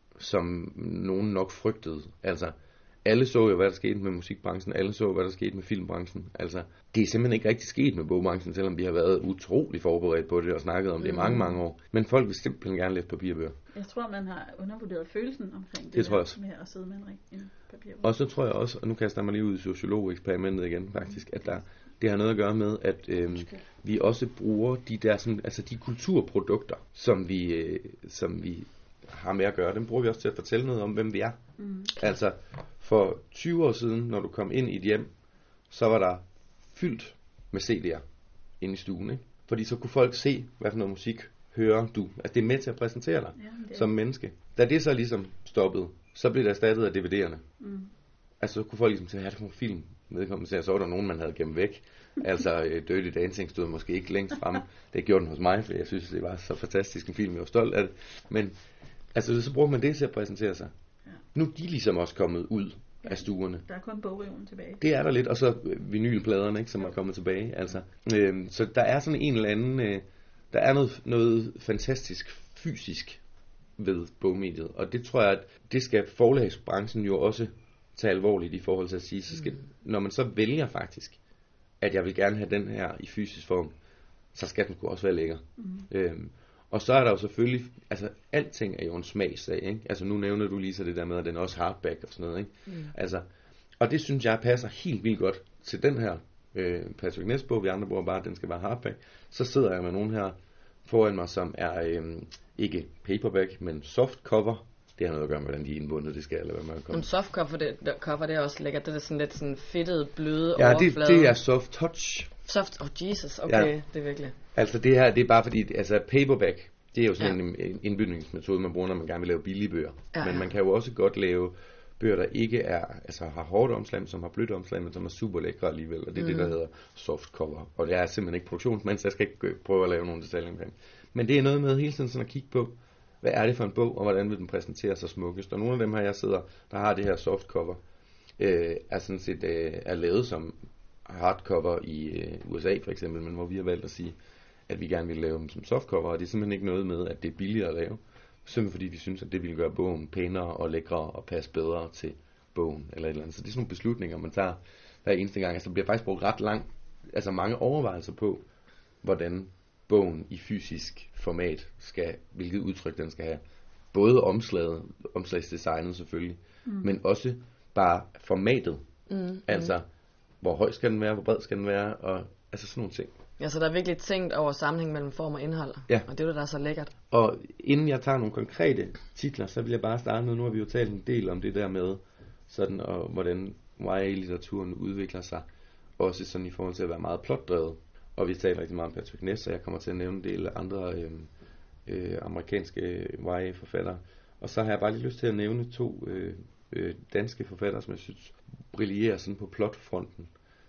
som nogen nok frygtede. Altså, alle så jo, hvad der skete med musikbranchen, alle så, hvad der skete med filmbranchen. Altså, det er simpelthen ikke rigtig sket med bogbranchen, selvom vi har været utrolig forberedt på det og snakket om mm. det i mange, mange år. Men folk vil simpelthen gerne læse papirbøger. Jeg tror, man har undervurderet følelsen omkring det, det tror jeg også. Med at sidde med en, en papirbog. Og så tror jeg også, og nu kaster jeg mig lige ud i sociologeksperimentet igen faktisk, at der, det har noget at gøre med, at øhm, vi også bruger de der, sådan, altså de kulturprodukter, som vi, øh, som vi har med at gøre, dem bruger vi også til at fortælle noget om, hvem vi er. Mm. Altså, for tyve år siden, når du kom ind i et hjem, så var der fyldt med C D'er inde i stuen, ikke? Fordi så kunne folk se, hvad for noget musik hører du. Altså, det er med til at præsentere dig ja, som menneske. Da det så ligesom stoppede, så blev det erstattet af D V D'erne. Mm. Altså, så kunne folk ligesom sige, hvad er det for en film? Vedkommende sagde, så var der nogen, man havde gemt væk. Altså, Dirty Dancing stod måske ikke længst fremme. Det gjorde den hos mig, for jeg synes, det var så fantastisk en film, jeg var stolt af det. Men altså, så bruger man det til at præsentere sig. Ja. Nu er de ligesom også kommet ud ja, af stuerne. Der er kun bogreolen tilbage. Det er der lidt, og så vinylpladerne, ikke, som ja. er kommet tilbage. Altså, øh, så der er sådan en eller anden, øh, der er noget, noget fantastisk fysisk ved bogmediet, og det tror jeg, at det skal forlagsbranchen jo også tage alvorligt i forhold til at sige, så skal, mm. når man så vælger faktisk, at jeg vil gerne have den her i fysisk form, så skal den også være lækker. Mm. Øhm, og så er der jo selvfølgelig, altså alting er jo en smagssag, ikke? Altså nu nævner du lige så det der med, at den er også hardback og sådan noget, ikke? Mm. Altså, og det synes jeg passer helt vildt godt til den her øh, Patrick Ness bog, vi andre bruger bare, at den skal være hardback. Så sidder jeg med nogen her foran mig, som er øh, ikke paperback, men softcover. Det har noget at gøre med, hvordan de er indbundet, det skal jeg lade være med at komme. Men softcover, det, cover, det er også lækkert. Det er sådan lidt sådan fedtet, bløde ja, overflade. Ja, det, det er soft touch. Soft, oh Jesus, okay, ja. Det er virkelig. Altså det her, det er bare fordi, altså paperback, det er jo sådan ja. en, en indbytningsmetode, man bruger, når man gerne vil lave billige bøger. Ja. Men man kan jo også godt lave bøger, der ikke er, altså har hårdt omslag, som har blødt omslag, men som er super lækre alligevel. Og det er mm. det, der hedder softcover. Og det er simpelthen ikke produktionsmand, så jeg skal ikke prøve at lave nogle detaljer omkring. Men det er noget med hele tiden sådan at kigge på, hvad er det for en bog, og hvordan vil den præsentere sig smukkest. Og nogle af dem her, jeg sidder, der har det her softcover, øh, er sådan set øh, er lavet som hardcover i øh, U S A for eksempel, men hvor vi har valgt at sige, at vi gerne vil lave dem som softcover, og det er simpelthen ikke noget med, at det er billigere at lave, simpelthen fordi vi synes, at det ville gøre bogen pænere og lækrere og passe bedre til bogen, eller et eller andet. Så det er sådan nogle beslutninger, man tager hver eneste gang. Altså der bliver faktisk brugt ret lang, altså mange overvejelser på, hvordan bogen i fysisk format skal, hvilket udtryk den skal have. Både omslaget, omslagsdesignet selvfølgelig, mm. men også bare formatet. Mm. Altså, hvor høj skal den være, hvor bred skal den være, og altså sådan nogle ting. Ja, så der er virkelig tænkt over sammenhæng mellem form og indhold, ja. Og det er det, der er så lækkert. Og inden jeg tager nogle konkrete titler, så vil jeg bare starte med, nu har vi jo talt en del om det der med, sådan, og hvordan Y A-litteraturen udvikler sig, også sådan i forhold til at være meget plotdrevet. Og vi taler rigtig meget om Patrick Ness, og jeg kommer til at nævne en del andre øh, øh, amerikanske Y A-forfattere. Og så har jeg bare lige lyst til at nævne to øh, øh, danske forfattere, som jeg synes brillerer sådan på plotfronten.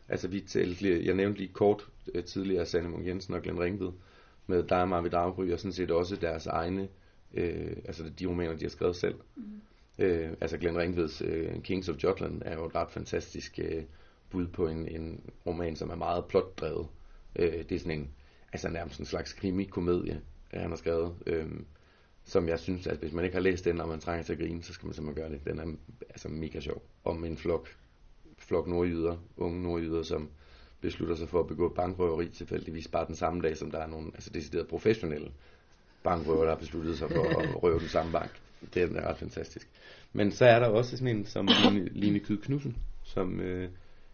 Altså vi talte, jeg nævnte lige kort øh, tidligere Sanne Munk Jensen og Glenn Ringved med Dig og Marvid Dagbry, og sådan set også deres egne, øh, altså de romaner, de har skrevet selv. Mm. Øh, altså Glenn Ringveds øh, Kings of Jutland er jo et ret fantastisk øh, bud på en, en roman, som er meget plotdrevet. Øh, det er sådan en, altså nærmest en slags krimi-komedie, han har skrevet, øh, som jeg synes, at hvis man ikke har læst den, og man trænger til at grine, så skal man simpelthen gøre det. Den er altså mega sjov. Om en flok, flok nordjyder, unge nordjyder, som beslutter sig for at begå bankrøveri tilfældigvis bare den samme dag, som der er nogle altså decideret professionelle bankrøver, der har besluttet sig for at røve den samme bank. Det er ret fantastisk. Men så er der også sådan en som Line, Line Kyed Knudsen, som øh,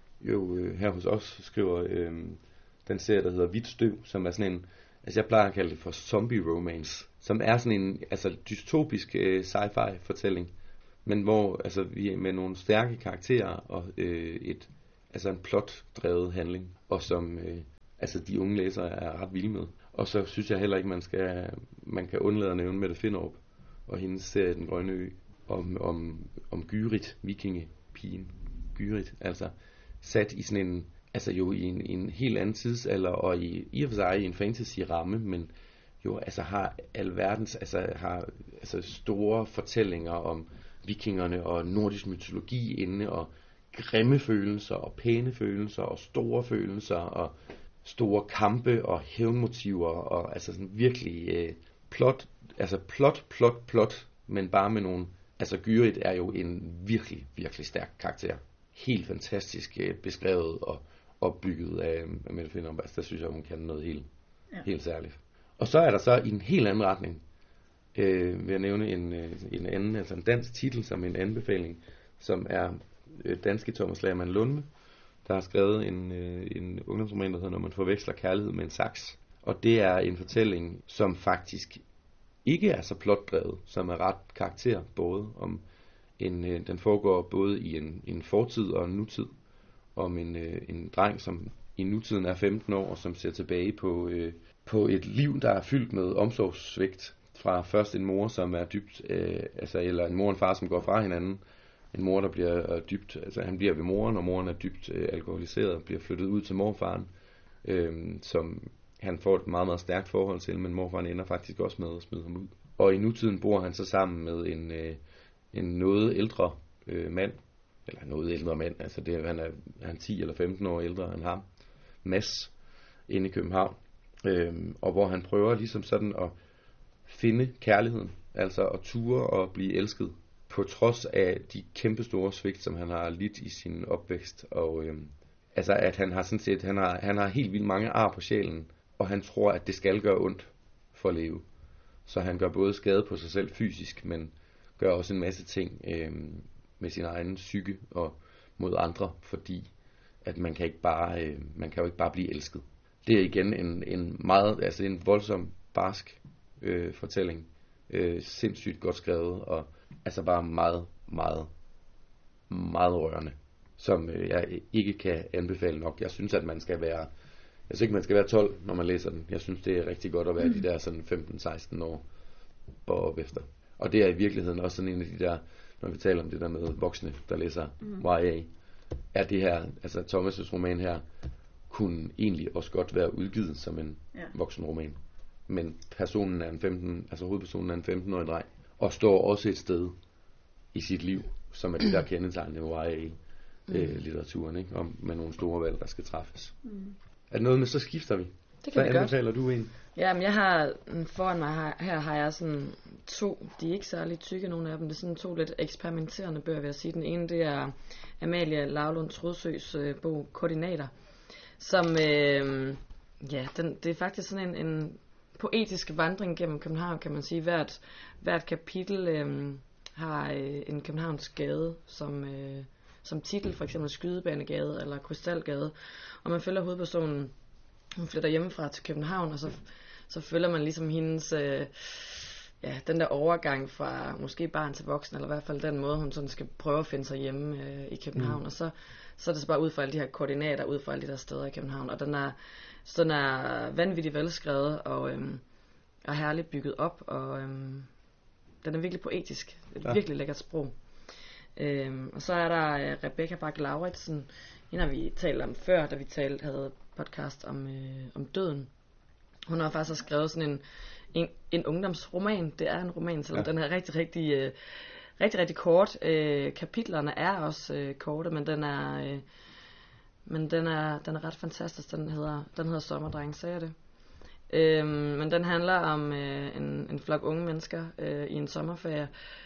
jo øh, her hos os skriver øh, den serie, der hedder Hvidt Støv, som er sådan en, altså jeg plejer at kalde det for zombie romance, som er sådan en altså dystopisk øh, sci-fi fortælling, men hvor altså vi er med nogle stærke karakterer og øh, et altså en plot-drevet handling, og som øh, altså de unge læsere er ret vilde med. Og så synes jeg heller ikke man skal man kan undlade at nævne Mette Finderup og hendes serie Den Grønne Ø om om om Gyrit, vikingepigen Gyrit, altså sat i sådan en altså jo i en, en helt anden tidsalder og i i og for sig i en fantasy ramme, men jo altså har alverdens altså har altså store fortællinger om vikingerne og nordisk mytologi inde, og grimme følelser og pæne følelser og store følelser og store kampe og hævnmotiver og altså sådan virkelig øh, plot, altså plot, plot, plot, men bare med nogle, altså Gyrit er jo en virkelig, virkelig stærk karakter. Helt fantastisk øh, beskrevet og opbygget af, af Mette Finderup. Altså der synes jeg, hun kan noget helt, ja. helt særligt. Og så er der så i en helt anden retning, øh, vil jeg nævne en, en anden, altså en dansk titel som en anbefaling, som er øh, danske Thomas Lagermand Lundme, der har skrevet en, øh, en ungdomsroman, der hedder Når man forveksler kærlighed med en saks. Og det er en fortælling, som faktisk ikke er så plotdrevet, som er ret karakter, både om en, øh, den foregår både i en, en fortid og en nutid, om en, øh, en dreng, som i nutiden er femten år, og som ser tilbage på, øh, på et liv, der er fyldt med omsorgssvigt, fra først en mor, som er dybt, øh, altså, eller en mor og en far, som går fra hinanden, en mor, der bliver øh, dybt, altså han bliver ved moren, og moren er dybt øh, alkoholiseret, bliver flyttet ud til morfaren, øh, som han får et meget, meget stærkt forhold til, men morfaren ender faktisk også med at smide ham ud. Og i nutiden bor han så sammen med en, øh, en noget ældre øh, mand, eller noget ældre mand, altså det, han, er, han er ti eller femten år ældre end ham, Mads, inde i København, øh, og hvor han prøver ligesom sådan at finde kærligheden, altså at ture og blive elsket, på trods af de kæmpestore svigt, som han har lidt i sin opvækst, og øh, altså at han har sådan set, han har, han har helt vildt mange ar på sjælen, og han tror, at det skal gøre ondt for at leve. Så han gør både skade på sig selv fysisk, men gør også en masse ting øh, med sin egen psyke og mod andre, fordi at man kan ikke bare, øh, man kan jo ikke bare blive elsket. Det er igen en, en meget, altså en voldsom barsk øh, fortælling, øh, sindssygt godt skrevet, og altså bare meget, meget, meget rørende, som øh, jeg ikke kan anbefale nok. Jeg synes, at man skal være, jeg synes ikke, man skal være tolv, når man læser den. Jeg synes, det er rigtig godt at være mm. de der sådan femten seksten år og op efter. Og det er i virkeligheden også sådan en af de der, når vi taler om det der med voksne, der læser mm. Y A, er det her, altså Thomas' roman her, kunne egentlig også godt være udgivet som en ja. voksenroman. Men personen er en femten, altså hovedpersonen er en femten-årig dreng, og står også et sted i sit liv, som er det der kendetegnende Y A-litteraturen, mm. ikke? Om med nogle store valg, der skal træffes. Mm. Er det noget med, så skifter vi? Det kan så vi godt. anbefaler du en? Jamen, jeg har foran mig her, her har jeg sådan to, de er ikke særlig tykke, nogle af dem, det er sådan to lidt eksperimenterende bøger, vil jeg sige. Den ene, det er Amalie Laulund Trodsøs øh, bog Koordinater, som, øh, ja, den, det er faktisk sådan en, en poetisk vandring gennem København, kan man sige. Hvert, hvert kapitel øh, har øh, en Københavns gade som, øh, som titel, for eksempel Skydebanegade eller Krystalgade, og man følger hovedpersonen. Hun flytter hjemmefra til København, og så, så følger man ligesom hendes, øh, ja, den der overgang fra måske barn til voksen, eller i hvert fald den måde, hun sådan skal prøve at finde sig hjemme øh, i København, mm. og så, så er det så bare ud fra alle de her koordinater, ud fra alle de der steder i København, og den er, så den er vanvittigt velskrevet, og, øh, og herligt bygget op, og øh, den er virkelig poetisk, et ja. virkelig lækkert sprog. Øhm, og så er der øh, Rebecca Bach-Lauritsen, hende har vi talt om før, da vi talte, havde podcast om, øh, om døden. Hun har faktisk skrevet sådan en, en, en ungdomsroman. Det er en roman, selvom ja. den er rigtig, rigtig, øh, rigtig, rigtig kort. Øh, kapitlerne er også øh, korte, men den er, øh, men den er, den er ret fantastisk. Den hedder, den hedder Sommerdreng, sagde jeg det. Øh, men den handler om øh, en, en flok unge mennesker øh, i en sommerferie,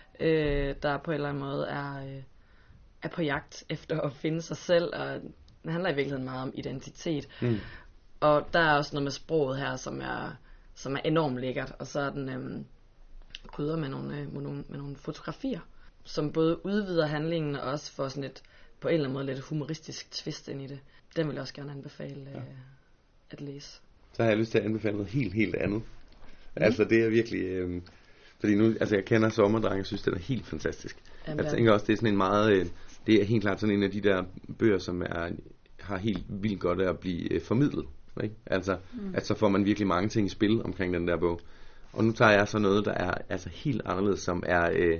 øh, der på en eller anden måde er, øh, er på jagt efter at finde sig selv, og den handler i virkeligheden meget om identitet. Mm. Og der er også noget med sproget her, som er, som er enormt lækkert, og så er den øhm, krydret med nogle, øh, med, nogle, med nogle fotografier, som både udvider handlingen, og også får sådan et, på en eller anden måde, lidt humoristisk twist ind i det. Den vil jeg også gerne anbefale ja. øh, at læse. Så har jeg lyst til at anbefale noget helt, helt andet. Mm. Altså det er virkelig, øh, fordi nu, altså jeg kender Sommerdreng, jeg synes det er helt fantastisk. Jamen, jeg tænker også, det er sådan en meget, øh, det er helt klart sådan en af de der bøger, som er, har helt vildt godt af at blive øh, formidlet. Ikke? Altså, mm. at så får man virkelig mange ting i spil omkring den der bog. Og nu tager jeg så noget, der er altså helt anderledes, som er øh,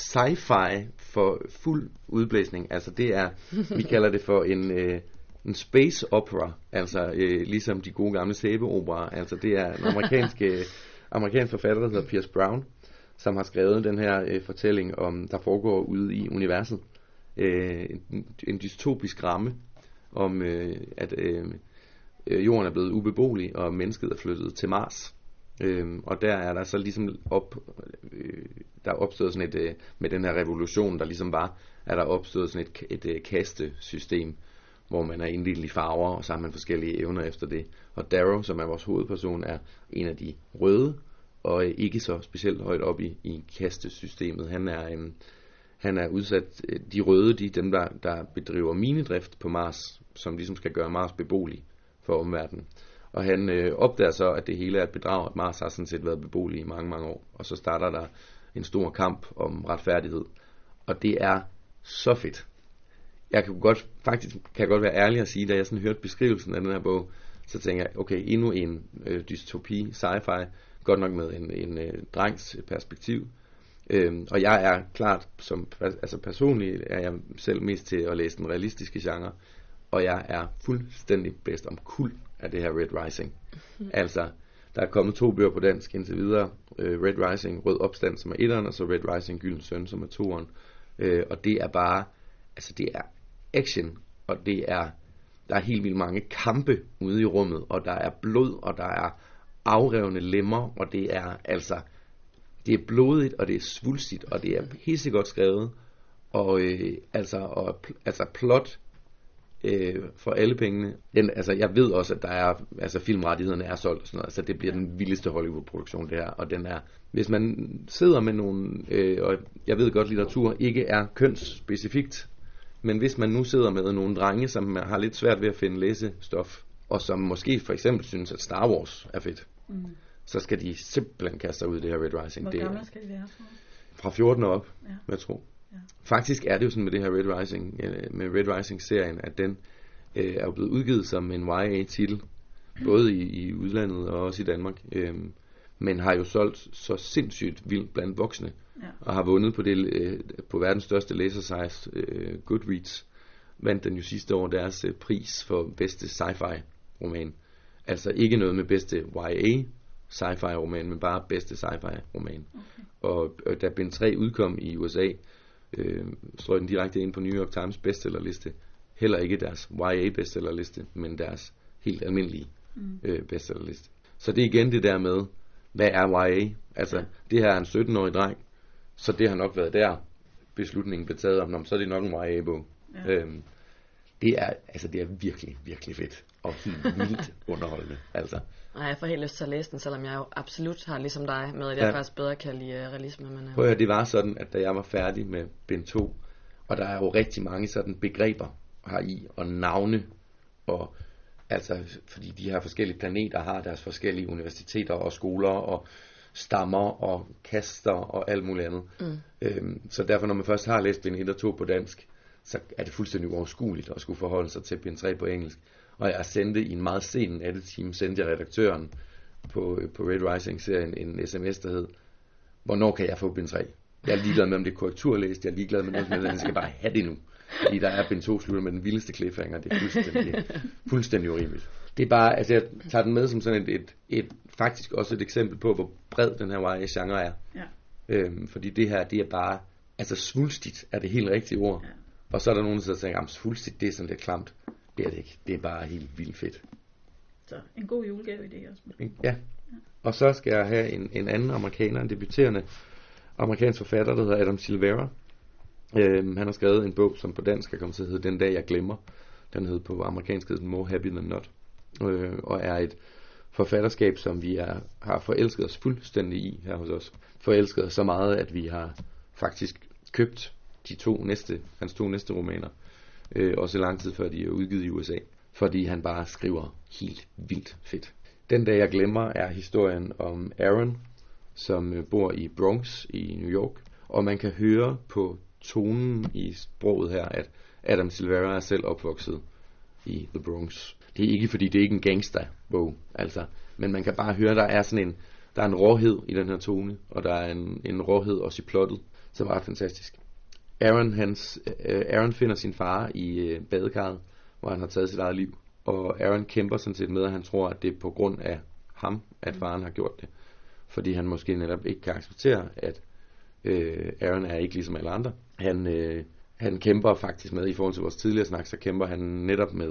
sci-fi for fuld udblæsning. Altså det er, vi kalder det for en, øh, en space opera, altså øh, ligesom de gode gamle sæbeoperaer. Altså det er en amerikansk, øh, amerikansk forfatter, der hedder Pierce Brown, som har skrevet den her øh, fortælling om, der foregår ude i universet. Øh, en, en dystopisk ramme om, øh, at øh, jorden er blevet ubeboelig, og mennesket er flyttet til Mars. Øhm, og der er der så ligesom op, øh, der er opstået sådan et, øh, med den her revolution, der ligesom var, er der opstået sådan et, et, et kastesystem, hvor man er inddelt i farver, og så har man forskellige evner efter det. Og Darrow, som er vores hovedperson, er en af de røde, og øh, ikke så specielt højt op i, i kastesystemet. Han er, øh, han er udsat, øh, de røde, de dem, der, der bedriver minedrift på Mars, som ligesom skal gøre Mars beboelig for omverdenen. Og han øh, opdager så, at det hele er et bedrag, at Mars har sådan set været beboelig i mange, mange år. Og så starter der en stor kamp om retfærdighed. Og det er så fedt. Jeg kan godt, faktisk kan jeg godt være ærlig at sige, da jeg sådan hørte beskrivelsen af den her bog, så tænker jeg, okay, endnu en øh, dystopi, sci-fi, godt nok med en, en øh, drengs perspektiv. Øhm, og jeg er klart, som altså personligt er jeg selv mest til at læse den realistiske genre. Og jeg er fuldstændig bedst om kul af det her Red Rising. Mm. Altså, der er kommet to bøger på dansk indtil videre. Uh, Red Rising, Rød Opstand, som er etteren, og så Red Rising, Gylden Søn, som er toeren. Uh, og det er bare, altså det er action, og det er, der er helt vildt mange kampe ude i rummet, og der er blod, og der er afrevne lemmer, og det er altså, det er blodigt, og det er svulstigt, og det er pissegodt skrevet, og øh, altså, og, altså plot, Øh, for alle pengene. Den, altså, jeg ved også, at der er, altså filmrettighederne er solgt og sådan noget, altså det bliver den vildeste Hollywood-produktion det her, og den er, hvis man sidder med nogle, øh, og jeg ved godt, litteratur ikke er kønsspecifikt, men hvis man nu sidder med nogle drenge, som har lidt svært ved at finde læsestof, og som måske for eksempel synes, at Star Wars er fedt, mm. så skal de simpelthen kaste sig ud i det her Red Rising. Hvor gammel skal de være fra? Fra fjorten og op, ja. jeg tror. Ja. Faktisk er det jo sådan med det her Red Rising, med Red Rising-serien, at den øh, er jo blevet udgivet som en Y A-titel, både i, i udlandet og også i Danmark, øh, men har jo solgt så sindssygt vildt blandt voksne, ja. Og har vundet på, det, øh, på verdens største læsersejs, øh, Goodreads, vandt den jo sidste år deres øh, pris for bedste sci-fi roman. Altså ikke noget med bedste Y A sci-fi roman, men bare bedste sci-fi roman. Okay. Og, og da bind tre udkom i U S A, øh, strøg den direkte ind på New York Times bestsellerliste. Heller ikke deres Y A bestsellerliste, men deres helt almindelige mm. øh, bestsellerliste. Så det er igen det der med, hvad er Y A? Altså, ja. Det her er en sytten-årig dreng, så det har nok været der, beslutningen blev taget om, så er det nok en Y A-bog. Ja. Øhm, det er, altså, det er virkelig, virkelig fedt, og helt vildt underholdende, altså. Nej, jeg får helt lyst til at læse den, selvom jeg jo absolut har ligesom dig med, at jeg ja. faktisk bedre kan lide uh, realisme. Men, uh... Prøv at høre, det var sådan, at da jeg var færdig med bind to, og der er jo rigtig mange sådan begreber her i, og navne, og altså, fordi de her forskellige planeter har deres forskellige universiteter og skoler, og stammer, og kaster, og alt muligt andet. Mm. Øhm, så derfor, når man først har læst bind et og to på dansk, så er det fuldstændig uoverskueligt at skulle forholde sig til bind tre på engelsk. Og jeg sendte i en meget sen nattetime, sendte jeg redaktøren på, på Red Rising-serien en sms, der hed, hvornår kan jeg få bind tre? Jeg er ligeglad med, om det er korrekturlæst. Jeg er ligeglad med noget, men jeg skal bare have det nu. Fordi der er bind to slutter med den vildeste cliffhanger. Det er fuldstændig, fuldstændig urimeligt. Det er bare, altså jeg tager den med som sådan et, et, et faktisk også et eksempel på, hvor bred den her Y A-genre er. Ja. Øhm, fordi det her, det er bare, altså svulstigt er det helt rigtige ord. Ja. Og så er der nogen, der sidder og tænker, at svulstigt, det er sådan lidt klamt. Det er det ikke. Det er bare helt vildt fedt. Så en god julegave i det også. Ja. ja. Og så skal jeg have en, en anden amerikaner, en debuterende amerikansk forfatter, der hedder Adam Silvera. Øhm, han har skrevet en bog, som på dansk er kommet til at hedde Den dag jeg glemmer. Den hed på amerikansk hedder More Happy Than Not. Øh, og er et forfatterskab, som vi er, har forelsket os fuldstændig i her hos os. Forelsket os så meget, at vi har faktisk købt de to næste, hans to næste romaner. Øh, også lang tid før de er udgivet i U S A. Fordi han bare skriver helt vildt fedt. Den dag jeg glemmer er historien om Aaron, som bor i Bronx i New York. Og man kan høre på tonen i sproget her, at Adam Silvera er selv opvokset i The Bronx. Det er ikke, fordi det er ikke en gangsterbog, altså, men man kan bare høre, der er sådan en, der er en råhed i den her tone, og der er en, en råhed også i plottet, som er ret fantastisk. Aaron, hans, uh, Aaron finder sin far i uh, badekarret, hvor han har taget sit eget liv, og Aaron kæmper sådan set med, at han tror, at det er på grund af ham, at faren har gjort det, fordi han måske netop ikke kan acceptere, at uh, Aaron er ikke ligesom alle andre. Han, uh, han kæmper faktisk med, i forhold til vores tidligere snak, så kæmper han netop med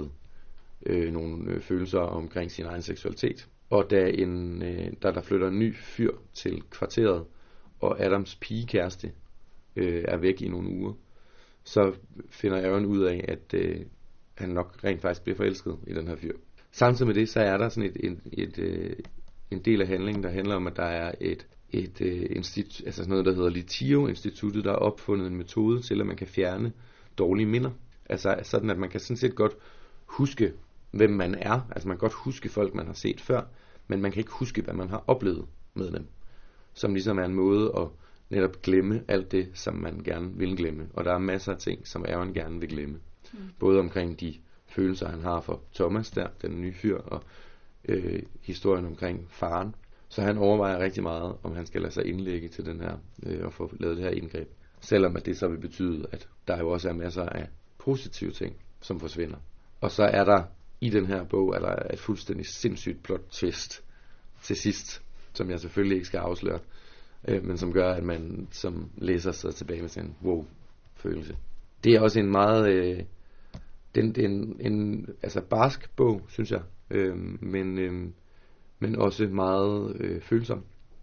øh, nogle øh, følelser omkring sin egen seksualitet. Og da, en, øh, da der flytter en ny fyr til kvarteret, og Adams pigekæreste øh, er væk i nogle uger, så finder Aaron ud af, at øh, han nok rent faktisk bliver forelsket i den her fyr. Samtidig med det, så er der sådan et, et, et, øh, en del af handlingen, der handler om, at der er et, et øh, institut, altså sådan noget, der hedder Litio-instituttet, der har opfundet en metode til, at man kan fjerne dårlige minder. Altså sådan, at man kan sådan set godt huske, hvem man er. Altså man kan godt huske folk, man har set før, men man kan ikke huske, hvad man har oplevet med dem. Som ligesom er en måde at netop glemme alt det, som man gerne vil glemme. Og der er masser af ting, som Aaron gerne vil glemme. Mm. Både omkring de følelser, han har for Thomas der, den nye fyr, og øh, historien omkring faren. Så han overvejer rigtig meget, om han skal lade sig indlægge til den her, øh, og få lavet det her indgreb. Selvom at det så vil betyde, at der jo også er masser af positive ting, som forsvinder. Og så er der i den her bog, er der et fuldstændig sindssygt plot twist til sidst, som jeg selvfølgelig ikke skal afsløre, øh, men som gør, at man som læser sig tilbage med sådan en wow-følelse. Det er også en meget, øh, den, det er en, en altså barsk bog, synes jeg, øh, men, øh, men også meget øh, følsom,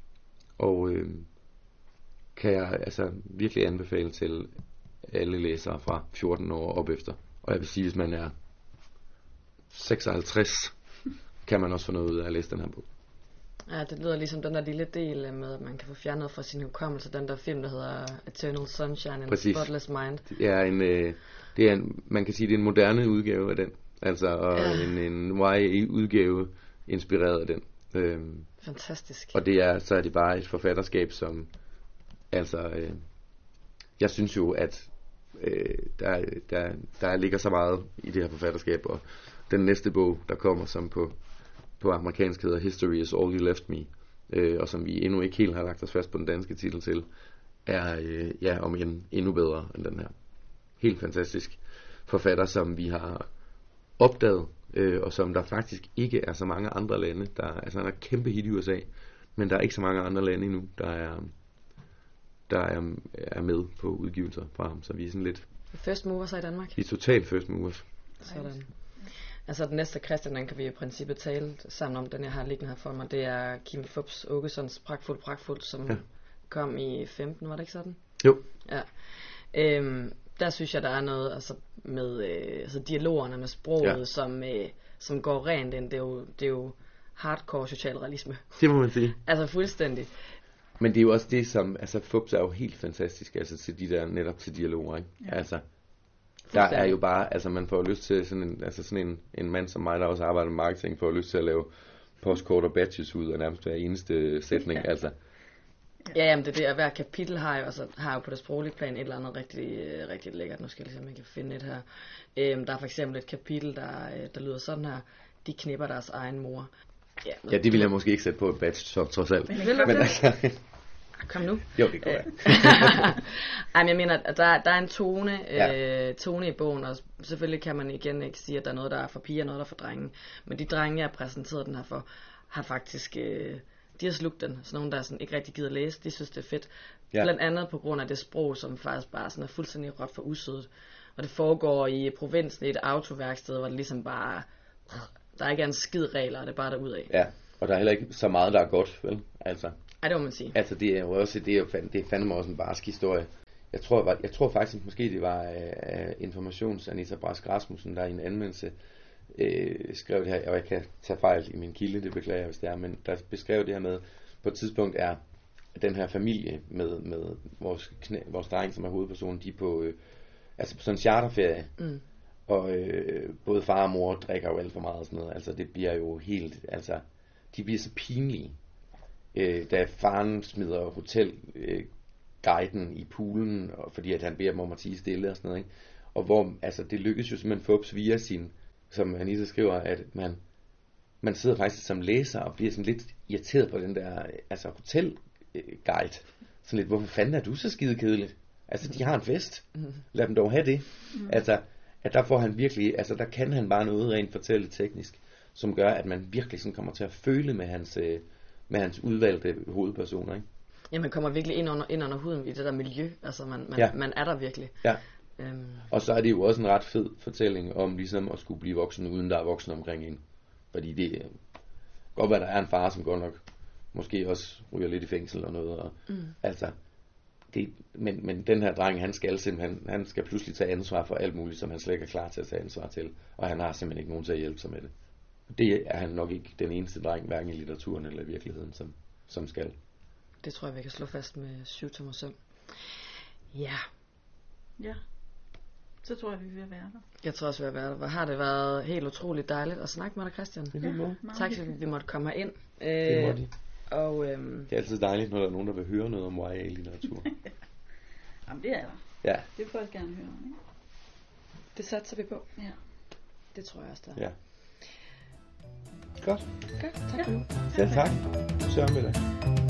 og øh, kan jeg altså virkelig anbefale til alle læsere fra fjorten år op efter. Og jeg vil sige, hvis man er seksoghalvtreds, kan man også få noget ud af at læse den her bog. Ja, det lyder ligesom den der lille del med, at man kan få fjernet fra sin hukommelse, den der film, der hedder Eternal Sunshine in a Spotless Mind. Det er en, øh, det er en, man kan sige, det er en moderne udgave af den. Altså, og ja. en, en Y A-udgave inspireret af den. Øhm, Fantastisk. Og det er, så er det bare et forfatterskab, som, altså, øh, jeg synes jo, at øh, der, der, der ligger så meget i det her forfatterskab, og den næste bog, der kommer, som på, på amerikansk hedder History is All You Left Me, øh, og som vi endnu ikke helt har lagt os fast på den danske titel til, er øh, ja, om en endnu bedre end den her. Helt fantastisk forfatter, som vi har opdaget, øh, og som der faktisk ikke er så mange andre lande, der, altså han er kæmpe hit i U S A, men der er ikke så mange andre lande endnu, der er, der er, er med på udgivelser fra ham, så vi er sådan lidt first movers i Danmark. Vi er totalt first movers. Sådan. Altså den næste Christian, den kan vi i princippet tale sammen om, den jeg har liggende her for mig, det er Kim Fupz Aakessons Pragtfuld Pragtfuld, som ja. kom i femten, var det ikke sådan? Jo. Ja. Øhm, der synes jeg, der er noget altså med øh, altså dialogerne med sproget, ja. som, øh, som går rent ind. Det er jo, det er jo hardcore socialrealisme. Det må man sige. Altså fuldstændig. Men det er jo også det, som, altså Fupz er jo helt fantastisk, altså til de der, netop til dialoger, ikke? Ja. Altså, der er jo bare, altså man får lyst til sådan en, altså sådan en, en mand som mig, der også arbejder med marketing, får lyst til at lave postkort og badges ud af nærmest hver eneste sætning, ja. altså. Ja, jamen det er det, at hver kapitel har jo, altså, har jo på det sproglige plan et eller andet rigtig, rigtig lækkert. Nu skal jeg lige se, om jeg kan finde et her. Øhm, der er for eksempel et kapitel, der, der lyder sådan her: de knipper deres egen mor. Ja, ja det vil jeg måske ikke sætte på et badge, så trods alt. Men, men altså, Kom nu. Jo, det går jeg. Ej, men jeg mener, at der, der er en tone, ja. øh, tone i bogen, og selvfølgelig kan man igen ikke sige, at der er noget, der er for piger, og noget, der er for drenge. Men de drenge, jeg har præsenteret den her for, har faktisk, øh, de har slugt den. Så nogen, der sådan ikke rigtig gider læse, de synes, det er fedt. Ja. Blandt andet på grund af det sprog, som faktisk bare sådan er fuldstændig råt for usødet. Og det foregår i provinsen i et autoværksted, hvor det ligesom bare, der ikke er en skid regler, det er bare derudad. Ja, og der er heller ikke så meget, der er godt, vel? Altså. Ej, det må man sige. Altså, det er jo også, det er jo fandme, det er fandme også en barsk historie. Jeg tror, jeg tror faktisk, måske det var uh, Informations Anita Brask Rasmussen, der i en anmeldelse uh, skrev det her, og jeg kan tage fejl i min kilde, det beklager jeg, hvis det er, men der beskrev det her med, på et tidspunkt er den her familie med, med vores, knæ, vores dreng, som er hovedpersonen, de er på, uh, altså på sådan en charterferie, mm. og uh, både far og mor drikker jo alt for meget og sådan noget, altså det bliver jo helt, altså, de bliver så pinlige. Øh, da faren smider hotelguiden øh, i poolen, og fordi at han beder dem om at tie stille og sådan noget, ikke? Og hvor, altså det lykkes jo simpelthen Fubs via sin, som Anita skriver, at man, man sidder faktisk som læser og bliver sådan lidt irriteret på den der, altså hotelguide. Sådan lidt, hvorfor fanden er du så skide kedeligt? Altså de har en fest, lad dem dog have det. Mm. Altså, at der får han virkelig, altså der kan han bare noget rent fortælle teknisk, som gør, at man virkelig sådan kommer til at føle med hans... Øh, med hans udvalgte hovedpersoner, ikke? Ja, man kommer virkelig ind under, ind under huden i det der miljø, altså man, man, ja. man er der virkelig. Ja. Øhm. Og så er det jo også en ret fed fortælling om ligesom at skulle blive voksen, uden der er voksen omkring en. Fordi det kan godt være, der er en far, som godt nok måske også ryger lidt i fængsel og noget. Og, mm. Altså, det, men, men den her dreng, han skal simpelthen, han skal pludselig tage ansvar for alt muligt, som han slet ikke er klar til at tage ansvar til. Og han har simpelthen ikke nogen til at hjælpe sig med det. Det er han nok ikke den eneste dreng, hverken i litteraturen eller i virkeligheden, som, som skal. Det tror jeg, vi kan slå fast med syv tommer søm. Ja. Ja. Så tror jeg, vi vil være der. Jeg tror også, vi vil være der. Hvor har det været helt utroligt dejligt at snakke med dig, Christian. Ja, tak, at vi måtte komme herind. Det måtte de. Og, øhm, det er altid dejligt, når der er nogen, der vil høre noget om Y A-litteratur. Jamen, det er der. Ja. Det vil folk gerne høre om, ikke? Det satser vi på. Ja. Det tror jeg også, der er. Ja. Godt. Godt, tak for nu. Ja, tak. Sørg med dig.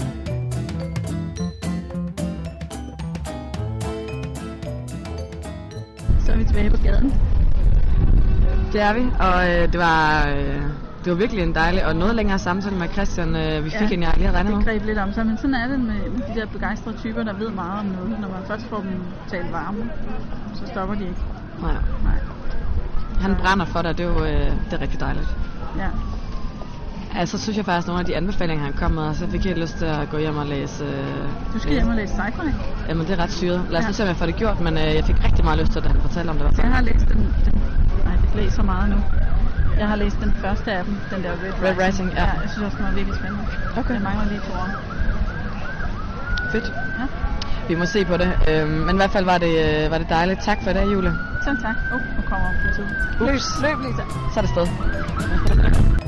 Så er vi tilbage på gaden. Det er vi, og øh, det var øh, det var virkelig en dejlig og noget længere samtale med Christian, øh, vi fik ja, en jeg lige havde regnet med. det greb lidt om sig, men sådan er det med, med de der begejstrede typer, der ved meget om noget. Når man først får dem talt varme, så stopper de ikke. Nej. Nej. Han brænder for dig, det er jo øh, det er rigtig dejligt. Ja. Altså, så synes jeg faktisk, nogle af de anbefalinger, han kom med, så fik jeg lyst til at gå hjem og læse... Øh, du skal hjem og læse Cypher. Jamen, det er ret syret. Lad os ja. se, om jeg får det gjort, men øh, jeg fik rigtig meget lyst til, at han fortalte om det var sådan. Jeg har læst den... den nej, jeg fik læst så meget nu. Jeg har læst den første af dem, den der Red, Red Rising. Rising ja. ja. Jeg synes også, den var virkelig spændende. Okay. Jeg mangler lige to år. Fedt. Ja. Vi må se på det. Øhm, men i hvert fald var det, øh, var det dejligt. Tak for i dag, Julie. Selv tak. Åh, oh, nu kommer politiet. Løb, løb lige så. Så er det sted.